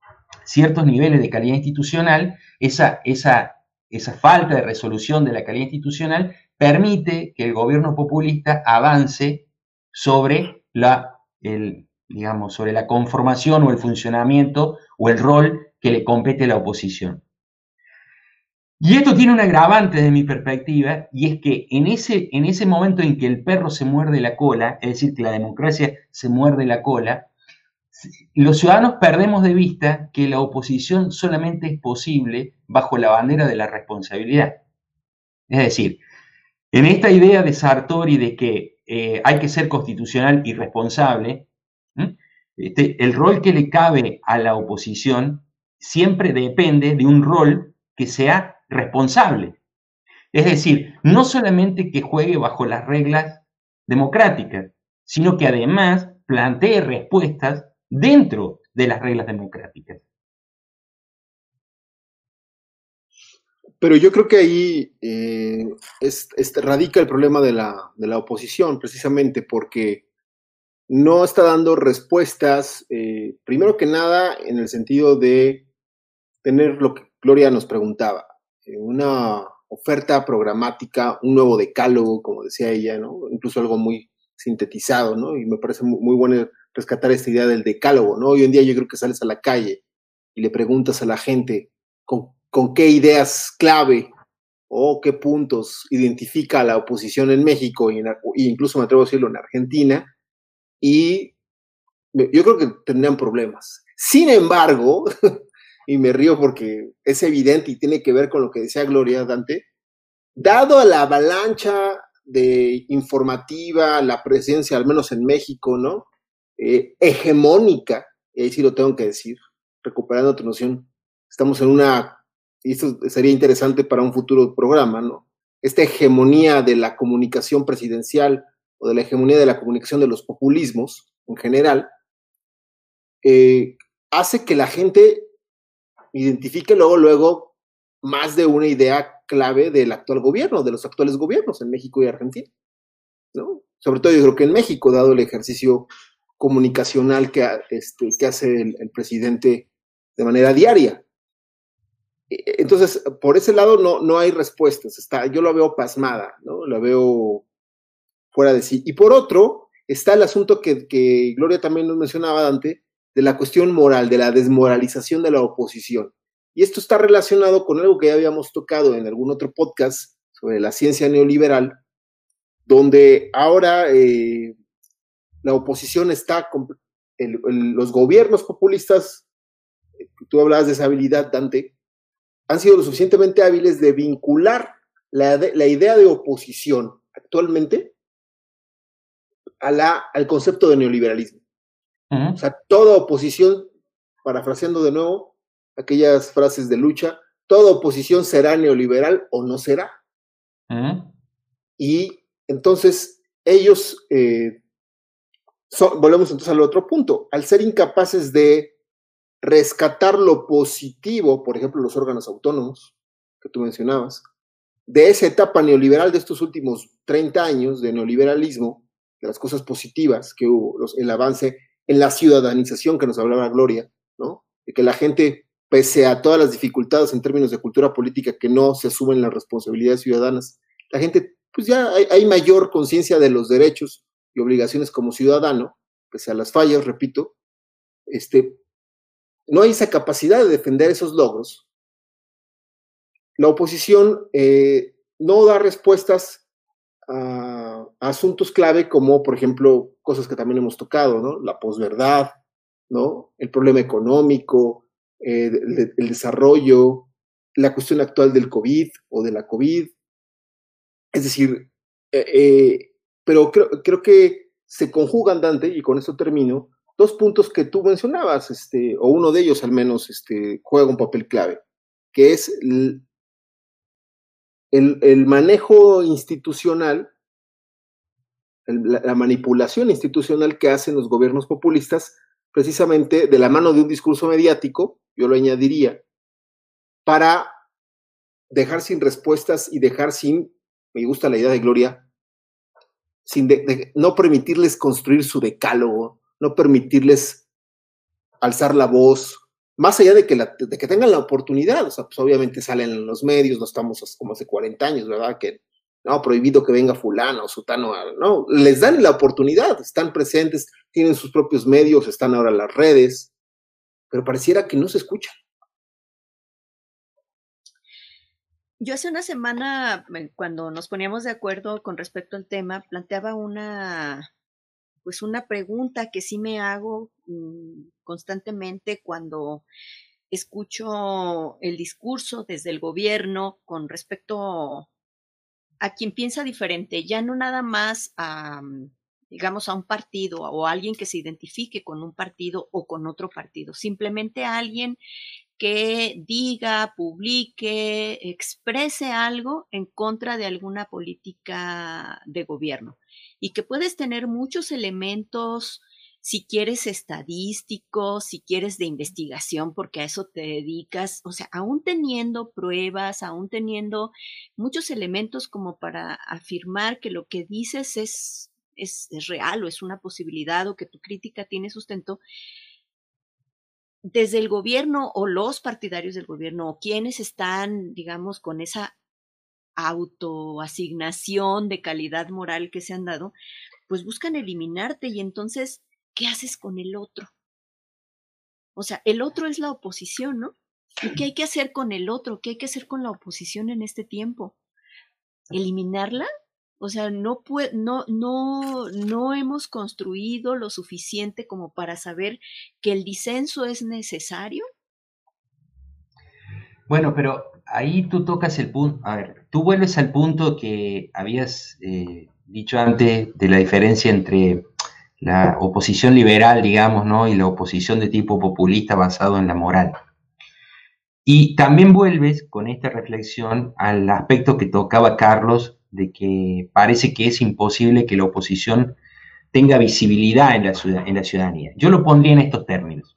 Speaker 2: ciertos niveles de calidad institucional, esa, esa, esa falta de resolución de la calidad institucional permite que el gobierno populista avance sobre la, el, digamos, sobre la conformación o el funcionamiento o el rol que le compete a la oposición. Y esto tiene un agravante desde mi perspectiva, y es que en ese, en ese momento en que el perro se muerde la cola, es decir, que la democracia se muerde la cola, los ciudadanos perdemos de vista que la oposición solamente es posible bajo la bandera de la responsabilidad. Es decir, en esta idea de Sartori de que eh, hay que ser constitucional y responsable, ¿m? Este, el rol que le cabe a la oposición siempre depende de un rol que sea responsable. Es decir, no solamente que juegue bajo las reglas democráticas, sino que además plantee respuestas dentro de las reglas democráticas.
Speaker 3: Pero yo creo que ahí eh, es, es, radica el problema de la, de la oposición, precisamente porque no está dando respuestas, eh, primero que nada, en el sentido de tener lo que Gloria nos preguntaba, eh, una oferta programática, un nuevo decálogo, como decía ella, ¿no? Incluso algo muy sintetizado, ¿no? Y me parece muy, muy bueno rescatar esta idea del decálogo, ¿no? Hoy en día yo creo que sales a la calle y le preguntas a la gente con, con qué ideas clave o qué puntos identifica a la oposición en México e incluso me atrevo a decirlo en Argentina, y yo creo que tendrían problemas. Sin embargo, y me río porque es evidente y tiene que ver con lo que decía Gloria Dante, dado a la avalancha de informativa, la presencia, al menos en México, ¿no? Eh, hegemónica, y ahí sí lo tengo que decir, recuperando tu noción, estamos en una, y esto sería interesante para un futuro programa, ¿no? Esta hegemonía de la comunicación presidencial o de la hegemonía de la comunicación de los populismos en general, eh, hace que la gente identifique luego, luego más de una idea clave del actual gobierno, de los actuales gobiernos en México y Argentina, ¿no? Sobre todo yo creo que en México, dado el ejercicio comunicacional que, este, que hace el, el presidente de manera diaria. Entonces, por ese lado no, no hay respuestas, está, yo lo veo pasmada, ¿no? La veo fuera de sí. Y por otro, está el asunto que, que Gloria también nos mencionaba antes, de la cuestión moral, de la desmoralización de la oposición. Y esto está relacionado con algo que ya habíamos tocado en algún otro podcast sobre la ciencia neoliberal, donde ahora eh, la oposición está, con el, el, los gobiernos populistas, eh, tú hablabas de esa habilidad, Dante, han sido lo suficientemente hábiles de vincular la, de, la idea de oposición actualmente a la, al concepto de neoliberalismo. Uh-huh. O sea, toda oposición, parafraseando de nuevo aquellas frases de Lucha, toda oposición será neoliberal o no será. Uh-huh. Y entonces ellos, eh, son, volvemos entonces al otro punto, al ser incapaces de rescatar lo positivo, por ejemplo, los órganos autónomos que tú mencionabas, de esa etapa neoliberal de estos últimos treinta años de neoliberalismo, de las cosas positivas que hubo, los, el avance en la ciudadanización que nos hablaba Gloria, ¿no? De que la gente, pese a todas las dificultades en términos de cultura política que no se asumen las responsabilidades ciudadanas, la gente, pues ya hay, hay mayor conciencia de los derechos y obligaciones como ciudadano, pese a las fallas, repito, este, no hay esa capacidad de defender esos logros. La oposición eh, no da respuestas a, a asuntos clave como, por ejemplo, cosas que también hemos tocado, ¿no? La posverdad, ¿no? El problema económico, eh, el, el desarrollo, la cuestión actual del COVID o de la COVID. Es decir, eh, eh, pero creo, creo que se conjugan, Dante, y con esto termino, dos puntos que tú mencionabas, este, o uno de ellos al menos este, juega un papel clave, que es el, el, el manejo institucional, el, la, la manipulación institucional que hacen los gobiernos populistas, precisamente de la mano de un discurso mediático, yo lo añadiría, para dejar sin respuestas y dejar sin, me gusta la idea de Gloria, sin de, de, no permitirles construir su decálogo, no permitirles alzar la voz, más allá de que, la, de que tengan la oportunidad, o sea, pues obviamente salen en los medios, no estamos como hace cuarenta años, ¿verdad? Que no, prohibido que venga fulano o sutano, no, les dan la oportunidad, están presentes, tienen sus propios medios, están ahora en las redes, pero pareciera que no se escuchan.
Speaker 1: Yo hace una semana, cuando nos poníamos de acuerdo con respecto al tema, planteaba una, pues una pregunta que sí me hago mmm, constantemente cuando escucho el discurso desde el gobierno con respecto a quien piensa diferente, ya no nada más a, digamos, a un partido o a alguien que se identifique con un partido o con otro partido, simplemente a alguien que diga, publique, exprese algo en contra de alguna política de gobierno y que puedes tener muchos elementos, si quieres estadísticos, si quieres de investigación, porque a eso te dedicas, o sea, aún teniendo pruebas, aún teniendo muchos elementos como para afirmar que lo que dices es, es, es real o es una posibilidad o que tu crítica tiene sustento, desde el gobierno o los partidarios del gobierno o quienes están, digamos, con esa autoasignación de calidad moral que se han dado, pues buscan eliminarte y entonces, ¿qué haces con el otro? O sea, el otro es la oposición, ¿no? ¿Y qué hay que hacer con el otro? ¿Qué hay que hacer con la oposición en este tiempo? ¿Eliminarla? O sea, no, puede, no, no, no hemos construido lo suficiente como para saber que el disenso es necesario.
Speaker 2: Bueno, pero ahí tú tocas el punto, a ver, tú vuelves al punto que habías eh, dicho antes de la diferencia entre la oposición liberal, digamos, ¿no? Y la oposición de tipo populista basado en la moral. Y también vuelves con esta reflexión al aspecto que tocaba Carlos, de que parece que es imposible que la oposición tenga visibilidad en la, en la ciudadanía. Yo lo pondría en estos términos.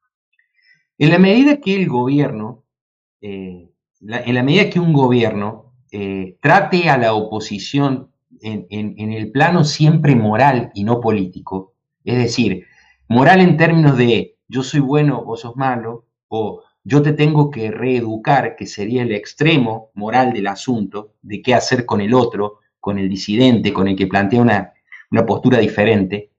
Speaker 2: En la medida que el gobierno, eh, la, en la medida que un gobierno eh, trate a la oposición en, en, en el plano siempre moral y no político, es decir, moral en términos de yo soy bueno, vos sos malo, o yo te tengo que reeducar, que sería el extremo moral del asunto, de qué hacer con el otro, con el disidente, con el que plantea una, una postura diferente.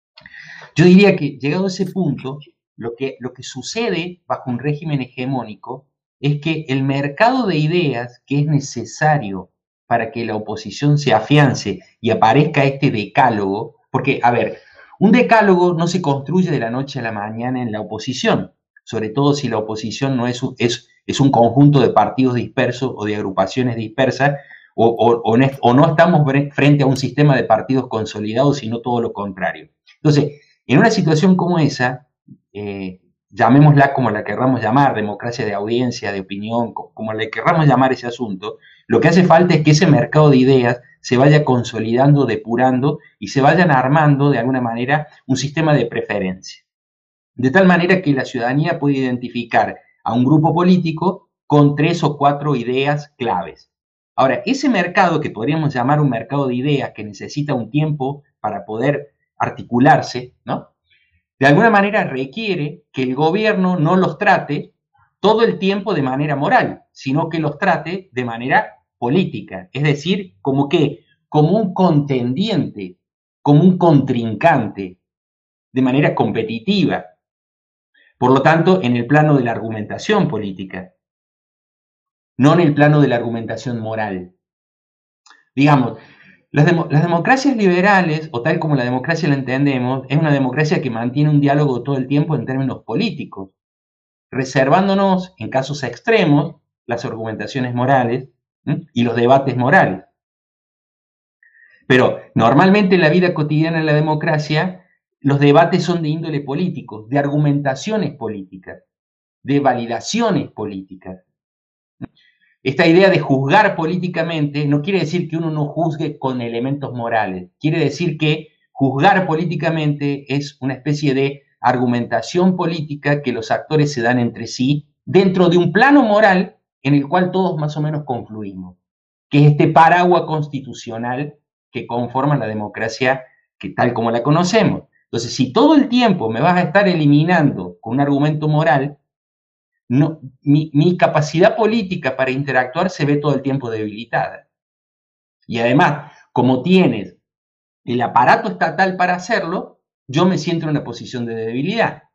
Speaker 2: Yo diría que llegado a ese punto, lo que, lo que sucede bajo un régimen hegemónico es que el mercado de ideas que es necesario para que la oposición se afiance y aparezca este decálogo, porque, a ver, un decálogo no se construye de la noche a la mañana en la oposición, sobre todo si la oposición no es, es, es un conjunto de partidos dispersos o de agrupaciones dispersas, o, o, o, no, o no estamos frente a un sistema de partidos consolidados, sino todo lo contrario. Entonces, en una situación como esa, eh, llamémosla como la querramos llamar, democracia de audiencia, de opinión, como le querramos llamar ese asunto, lo que hace falta es que ese mercado de ideas se vaya consolidando, depurando y se vayan armando de alguna manera un sistema de preferencia. De tal manera que la ciudadanía puede identificar a un grupo político con tres o cuatro ideas claves. Ahora, ese mercado que podríamos llamar un mercado de ideas que necesita un tiempo para poder articularse, ¿no? De alguna manera requiere que el gobierno no los trate todo el tiempo de manera moral, sino que los trate de manera política, es decir, como que, como un contendiente, como un contrincante, de manera competitiva. Por lo tanto, en el plano de la argumentación política, no en el plano de la argumentación moral. Digamos, Las, demo, las democracias liberales, o tal como la democracia la entendemos, es una democracia que mantiene un diálogo todo el tiempo en términos políticos, reservándonos, en casos extremos, las argumentaciones morales ¿sí? y los debates morales. Pero normalmente en la vida cotidiana de la democracia, los debates son de índole político, de argumentaciones políticas, de validaciones políticas. Esta idea de juzgar políticamente no quiere decir que uno no juzgue con elementos morales, quiere decir que juzgar políticamente es una especie de argumentación política que los actores se dan entre sí dentro de un plano moral en el cual todos más o menos confluimos, que es este paraguas constitucional que conforma la democracia que tal como la conocemos. Entonces, si todo el tiempo me vas a estar eliminando con un argumento moral, no, mi, mi capacidad política para interactuar se ve todo el tiempo debilitada. Y además, como tienes el aparato estatal para hacerlo, yo me siento en una posición de debilidad.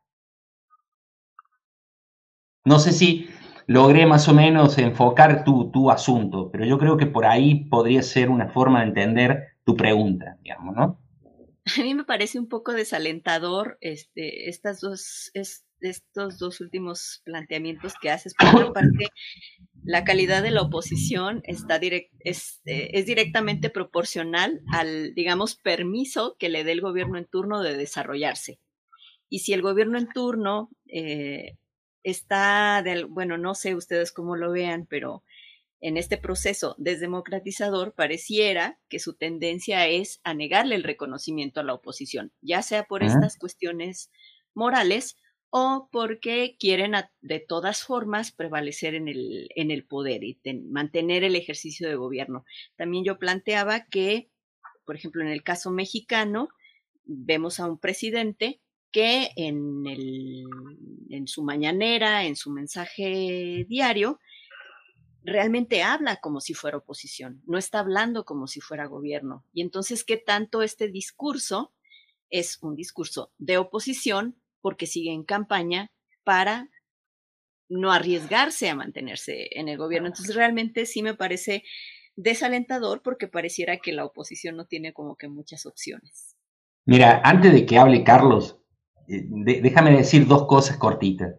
Speaker 2: No sé si logré más o menos enfocar tu, tu asunto, pero yo creo que por ahí podría ser una forma de entender tu pregunta, digamos, ¿no?
Speaker 1: A mí me parece un poco desalentador este, estas dos, es, estos dos últimos planteamientos que haces. Por una parte, la calidad de la oposición está direct, es, eh, es directamente proporcional al, digamos, permiso que le dé el gobierno en turno de desarrollarse. Y si el gobierno en turno eh, está, de, bueno, no sé ustedes cómo lo vean, pero en este proceso desdemocratizador pareciera que su tendencia es a negarle el reconocimiento a la oposición, ya sea por estas cuestiones morales o porque quieren a, de todas formas prevalecer en el, en el poder y ten, mantener el ejercicio de gobierno. También yo planteaba que, por ejemplo, en el caso mexicano, vemos a un presidente que en, el, en su mañanera, en su mensaje diario, realmente habla como si fuera oposición, no está hablando como si fuera gobierno. Y entonces, ¿qué tanto este discurso es un discurso de oposición porque sigue en campaña para no arriesgarse a mantenerse en el gobierno? Entonces, realmente sí me parece desalentador porque pareciera que la oposición no tiene como que muchas opciones.
Speaker 2: Mira, antes de que hable Carlos, eh, de, déjame decir dos cosas cortitas.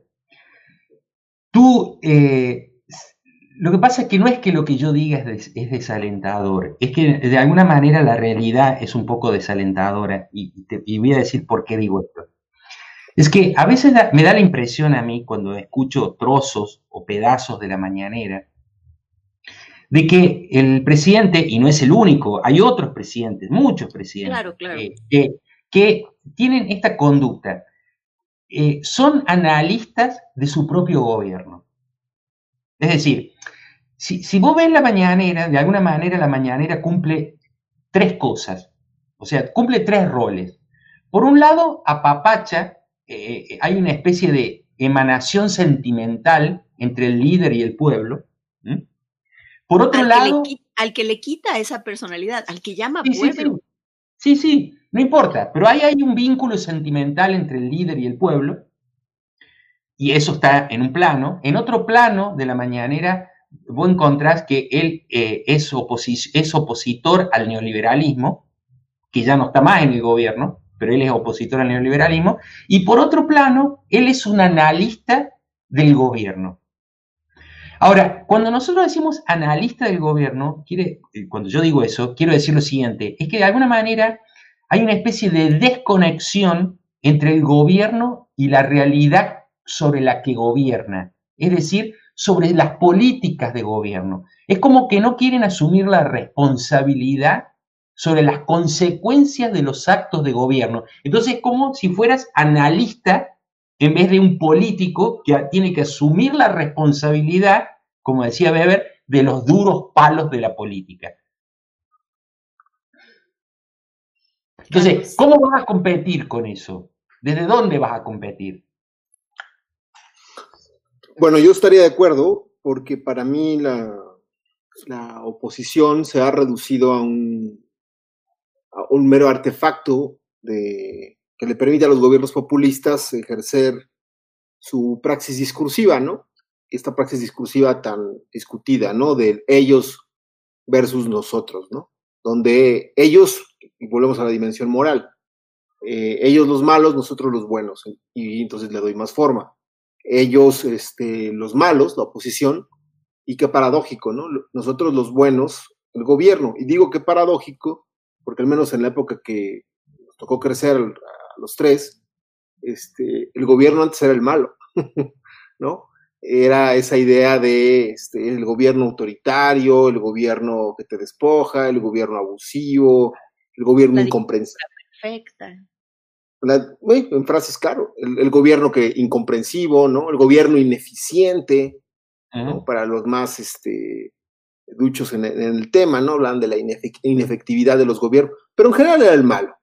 Speaker 2: Tú, eh, lo que pasa es que no es que lo que yo diga es, des, es desalentador, es que de alguna manera la realidad es un poco desalentadora y, te, y voy a decir por qué digo esto. Es que a veces da, me da la impresión a mí cuando escucho trozos o pedazos de la mañanera de que el presidente, y no es el único, hay otros presidentes, muchos presidentes,
Speaker 1: claro, claro.
Speaker 2: Eh, eh, que tienen esta conducta. Eh, son analistas de su propio gobierno. Es decir, si, si vos ves la mañanera, de alguna manera la mañanera cumple tres cosas, o sea, cumple tres roles. Por un lado, apapacha, eh, hay una especie de emanación sentimental entre el líder y el pueblo. ¿Mm? Por otro
Speaker 1: al
Speaker 2: lado...
Speaker 1: Que le, al que le quita esa personalidad, al que llama
Speaker 2: sí,
Speaker 1: pueblo.
Speaker 2: Sí, sí, sí, no importa, pero ahí hay un vínculo sentimental entre el líder y el pueblo, y eso está en un plano. En otro plano de la mañanera, vos encontrás que él eh, es, oposi- es opositor al neoliberalismo, que ya no está más en el gobierno, pero él es opositor al neoliberalismo, y por otro plano, él es un analista del gobierno. Ahora, cuando nosotros decimos analista del gobierno, quiere, cuando yo digo eso, quiero decir lo siguiente, es que de alguna manera hay una especie de desconexión entre el gobierno y la realidad sobre la que gobierna, es decir, sobre las políticas de gobierno. Es como que no quieren asumir la responsabilidad sobre las consecuencias de los actos de gobierno. Entonces, es como si fueras analista en vez de un político que tiene que asumir la responsabilidad, como decía Weber, de los duros palos de la política. Entonces, ¿cómo vas a competir con eso? ¿Desde dónde vas a competir?
Speaker 3: Bueno, yo estaría de acuerdo, porque para mí la, la oposición se ha reducido a un, a un mero artefacto de, que le permite a los gobiernos populistas ejercer su praxis discursiva, ¿no? Esta praxis discursiva tan discutida, ¿no? De ellos versus nosotros, ¿no? Donde ellos, y volvemos a la dimensión moral, eh, ellos los malos, nosotros los buenos, y entonces le doy más forma. Ellos, este, los malos, la oposición, y qué paradójico, ¿no? Nosotros los buenos, el gobierno, y digo que paradójico, porque al menos en la época que nos tocó crecer a los tres, este, el gobierno antes era el malo, ¿no? Era esa idea de este, el gobierno autoritario, el gobierno que te despoja, el gobierno abusivo, el gobierno la incomprensible.
Speaker 1: Perfecta.
Speaker 3: La, en frases, claro, el, el gobierno que incomprensivo, ¿no? El gobierno ineficiente, uh-huh. ¿no? Para los más este, duchos en, en el tema, ¿no? Hablan de la inefectividad de los gobiernos, pero en general era el malo.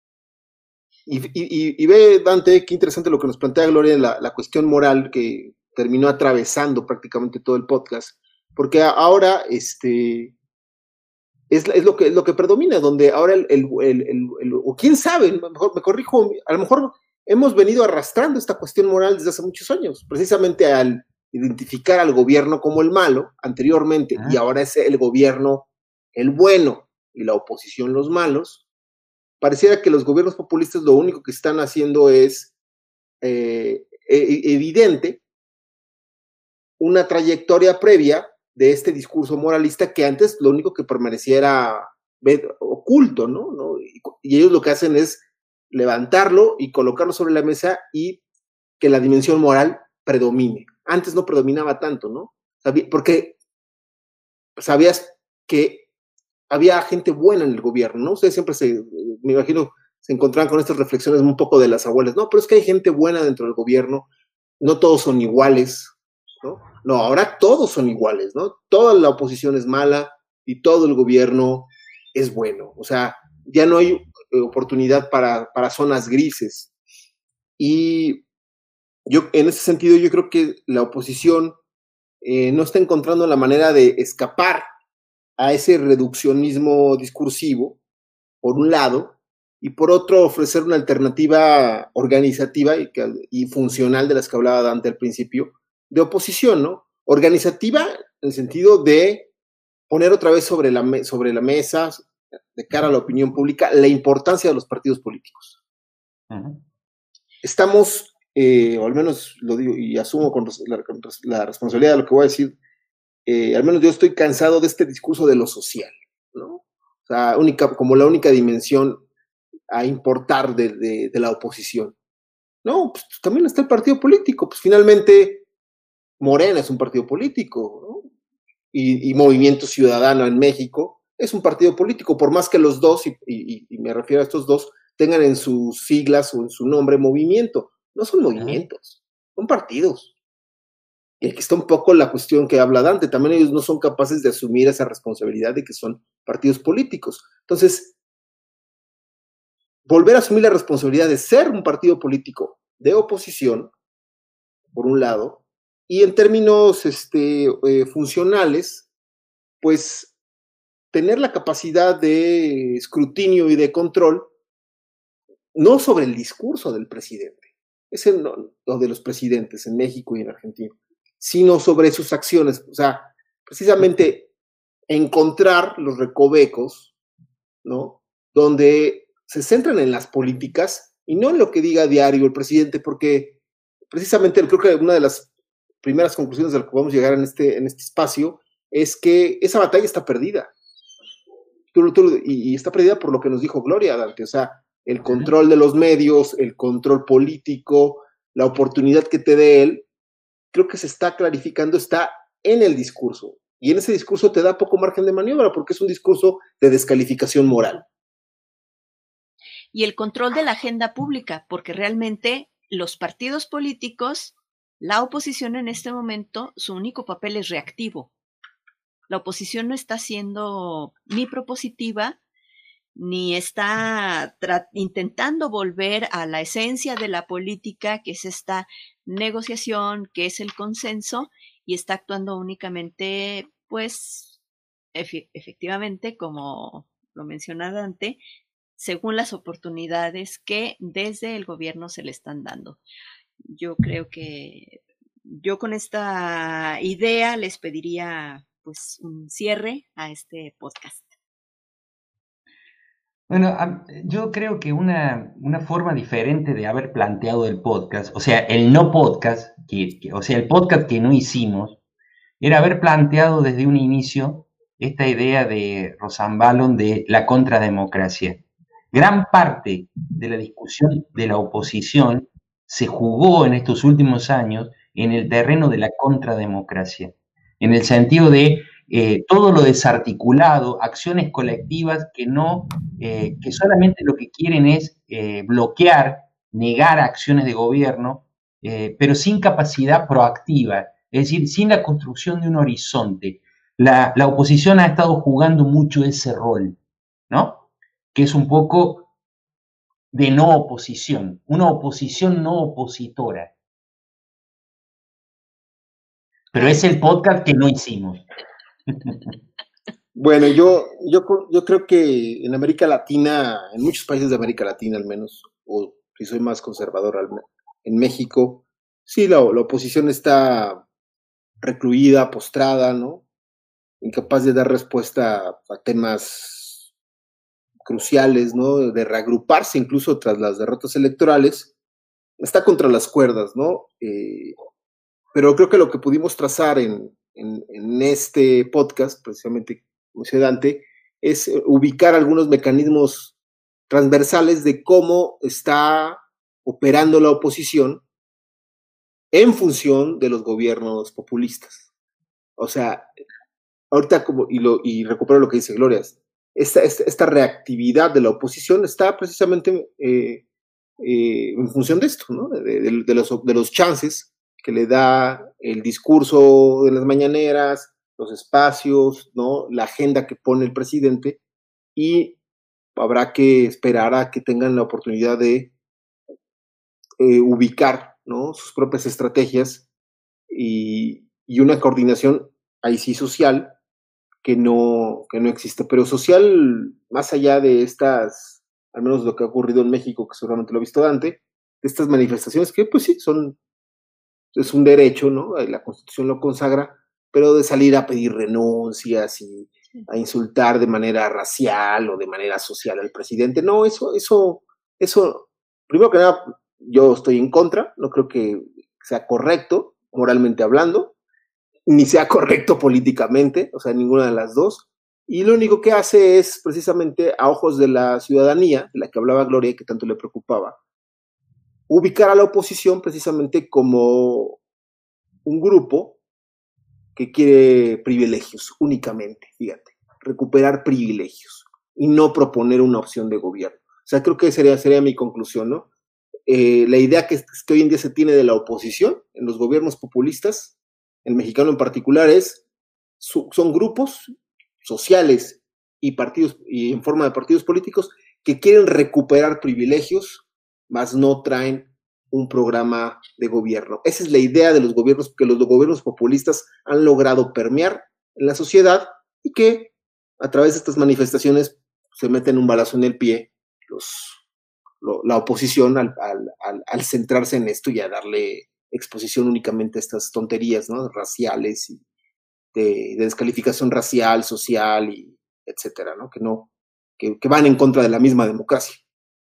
Speaker 3: Y, y, y ve, Dante, qué interesante lo que nos plantea Gloria, la, la cuestión moral que terminó atravesando prácticamente todo el podcast, porque ahora este, es, es, lo, que, es lo que predomina, donde ahora el, el, el, el, el o quién sabe, mejor me corrijo, a lo mejor hemos venido arrastrando esta cuestión moral desde hace muchos años, precisamente al identificar al gobierno como el malo anteriormente, ah. y ahora es el gobierno el bueno y la oposición los malos. Pareciera que los gobiernos populistas lo único que están haciendo es eh, evidente una trayectoria previa de este discurso moralista que antes lo único que permanecía era oculto, ¿no? ¿no? Y, y ellos lo que hacen es levantarlo y colocarlo sobre la mesa y que la dimensión moral predomine. Antes no predominaba tanto, ¿no? Porque sabías que había gente buena en el gobierno, ¿no? Ustedes siempre se, me imagino, se encontraban con estas reflexiones un poco de las abuelas, no, pero es que hay gente buena dentro del gobierno, no todos son iguales, ¿no? No, ahora todos son iguales, ¿no? Toda la oposición es mala y todo el gobierno es bueno, o sea, ya no hay oportunidad para, para zonas grises. Y yo, en ese sentido, yo creo que la oposición eh, no está encontrando la manera de escapar a ese reduccionismo discursivo, por un lado, y por otro ofrecer una alternativa organizativa y, que, y funcional de las que hablaba Dante al principio, de oposición, ¿no? Organizativa en el sentido de poner otra vez sobre la, me sobre la mesa, de cara a la opinión pública, la importancia de los partidos políticos. Uh-huh. Estamos, eh, o al menos lo digo y asumo con la, con la responsabilidad de lo que voy a decir, eh, al menos yo estoy cansado de este discurso de lo social, ¿no? O sea, única, como la única dimensión a importar de, de, de la oposición. No, pues también está el partido político, pues finalmente Morena es un partido político, ¿no? Y, y Movimiento Ciudadano en México es un partido político, por más que los dos, y, y, y me refiero a estos dos, tengan en sus siglas o en su nombre movimiento. No son movimientos, son partidos. Y aquí está un poco la cuestión que habla Dante, también ellos no son capaces de asumir esa responsabilidad de que son partidos políticos. Entonces, volver a asumir la responsabilidad de ser un partido político de oposición, por un lado, y en términos este, eh, funcionales, pues tener la capacidad de escrutinio y de control, no sobre el discurso del presidente, ese no, o de los presidentes en México y en Argentina, sino sobre sus acciones, o sea, precisamente encontrar los recovecos, ¿no? Donde se centran en las políticas y no en lo que diga a diario el presidente, porque precisamente creo que una de las primeras conclusiones de las que podemos llegar en este, en este espacio es que esa batalla está perdida. Tú, tú, y, y está perdida por lo que nos dijo Gloria, Dante, o sea, el control de los medios, el control político, la oportunidad que te dé él, creo que se está clarificando, está en el discurso. Y en ese discurso te da poco margen de maniobra porque es un discurso de descalificación moral.
Speaker 1: Y el control de la agenda pública, porque realmente los partidos políticos, la oposición en este momento, su único papel es reactivo. La oposición no está siendo ni propositiva, ni está intentando volver a la esencia de la política, que es esta negociación, que es el consenso, y está actuando únicamente, pues, ef- efectivamente, como lo mencionaba Dante, según las oportunidades que desde el gobierno se le están dando. Yo creo que yo con esta idea les pediría pues un cierre a este podcast.
Speaker 2: Bueno, yo creo que una, una forma diferente de haber planteado el podcast, o sea, el no podcast, que, que, o sea, el podcast que no hicimos, era haber planteado desde un inicio esta idea de Rosanvallon de la contrademocracia. Gran parte de la discusión de la oposición se jugó en estos últimos años en el terreno de la contrademocracia, en el sentido de eh, todo lo desarticulado, acciones colectivas que no, eh, que solamente lo que quieren es eh, bloquear, negar acciones de gobierno, eh, pero sin capacidad proactiva, es decir, sin la construcción de un horizonte. La, la oposición ha estado jugando mucho ese rol, ¿no? Que es un poco de no oposición, una oposición no opositora. Pero es el podcast que no hicimos.
Speaker 3: Bueno, yo, yo, yo creo que en América Latina, en muchos países de América Latina al menos, o si soy más conservador, en México, sí, la, la oposición está recluida, postrada, ¿no? Incapaz de dar respuesta a temas cruciales, ¿no? De reagruparse incluso tras las derrotas electorales, está contra las cuerdas, ¿no? Eh, pero creo que lo que pudimos trazar en, en, en este podcast, precisamente, como decía Dante, es ubicar algunos mecanismos transversales de cómo está operando la oposición en función de los gobiernos populistas. O sea, ahorita como, y, lo, y recupero lo que dice Gloria, esta, esta, esta reactividad de la oposición está precisamente eh, eh, en función de esto, ¿no? De, de, de, los, de los chances que le da el discurso de las mañaneras, los espacios, ¿no? La agenda que pone el presidente, y habrá que esperar a que tengan la oportunidad de eh, ubicar, ¿no? Sus propias estrategias y, y una coordinación ahí sí social que no, que no existe, pero social más allá de estas, al menos lo que ha ocurrido en México, que seguramente lo ha visto Dante, de estas manifestaciones que pues sí, son, es un derecho, ¿no? La Constitución lo consagra, pero de salir a pedir renuncias y a insultar de manera racial o de manera social al presidente, no, eso, eso, eso, primero que nada, yo estoy en contra, no creo que sea correcto, moralmente hablando, ni sea correcto políticamente, o sea, ninguna de las dos. Y lo único que hace es, precisamente, a ojos de la ciudadanía, de la que hablaba Gloria y que tanto le preocupaba, ubicar a la oposición precisamente como un grupo que quiere privilegios únicamente, fíjate, recuperar privilegios y no proponer una opción de gobierno. O sea, creo que sería, sería mi conclusión, ¿no? Eh, la idea que, que hoy en día se tiene de la oposición en los gobiernos populistas, el mexicano en particular, es su, son grupos sociales y partidos y en forma de partidos políticos que quieren recuperar privilegios, mas no traen un programa de gobierno. Esa es la idea de los gobiernos que los gobiernos populistas han logrado permear en la sociedad y que a través de estas manifestaciones se meten un balazo en el pie los, lo, la oposición al, al, al, al centrarse en esto y a darle exposición únicamente a estas tonterías, ¿no? Raciales y de, de descalificación racial, social y etcétera, ¿no? Que no, que, que van en contra de la misma democracia.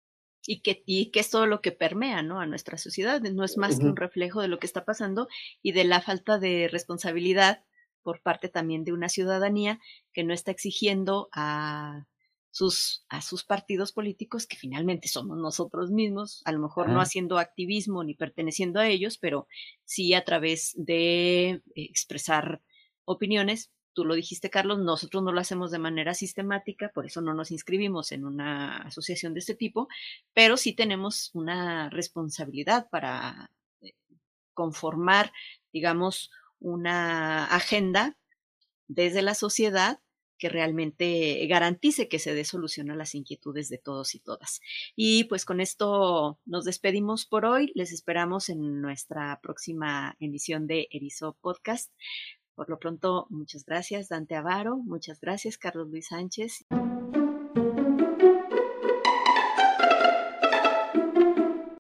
Speaker 1: Y que, y que es todo lo que permea, ¿no? A nuestra sociedad, no es más uh-huh. que un reflejo de lo que está pasando y de la falta de responsabilidad por parte también de una ciudadanía que no está exigiendo a sus, a sus partidos políticos, que finalmente somos nosotros mismos, a lo mejor uh-huh. no haciendo activismo ni perteneciendo a ellos, pero sí a través de expresar opiniones. Tú lo dijiste, Carlos, nosotros no lo hacemos de manera sistemática, por eso no nos inscribimos en una asociación de este tipo, pero sí tenemos una responsabilidad para conformar, digamos, una agenda desde la sociedad que realmente garantice que se dé solución a las inquietudes de todos y todas. Y pues con esto nos despedimos por hoy. Les esperamos en nuestra próxima emisión de Erizo Podcast. Por lo pronto, muchas gracias, Dante Avaro. Muchas gracias, Carlos Luis Sánchez.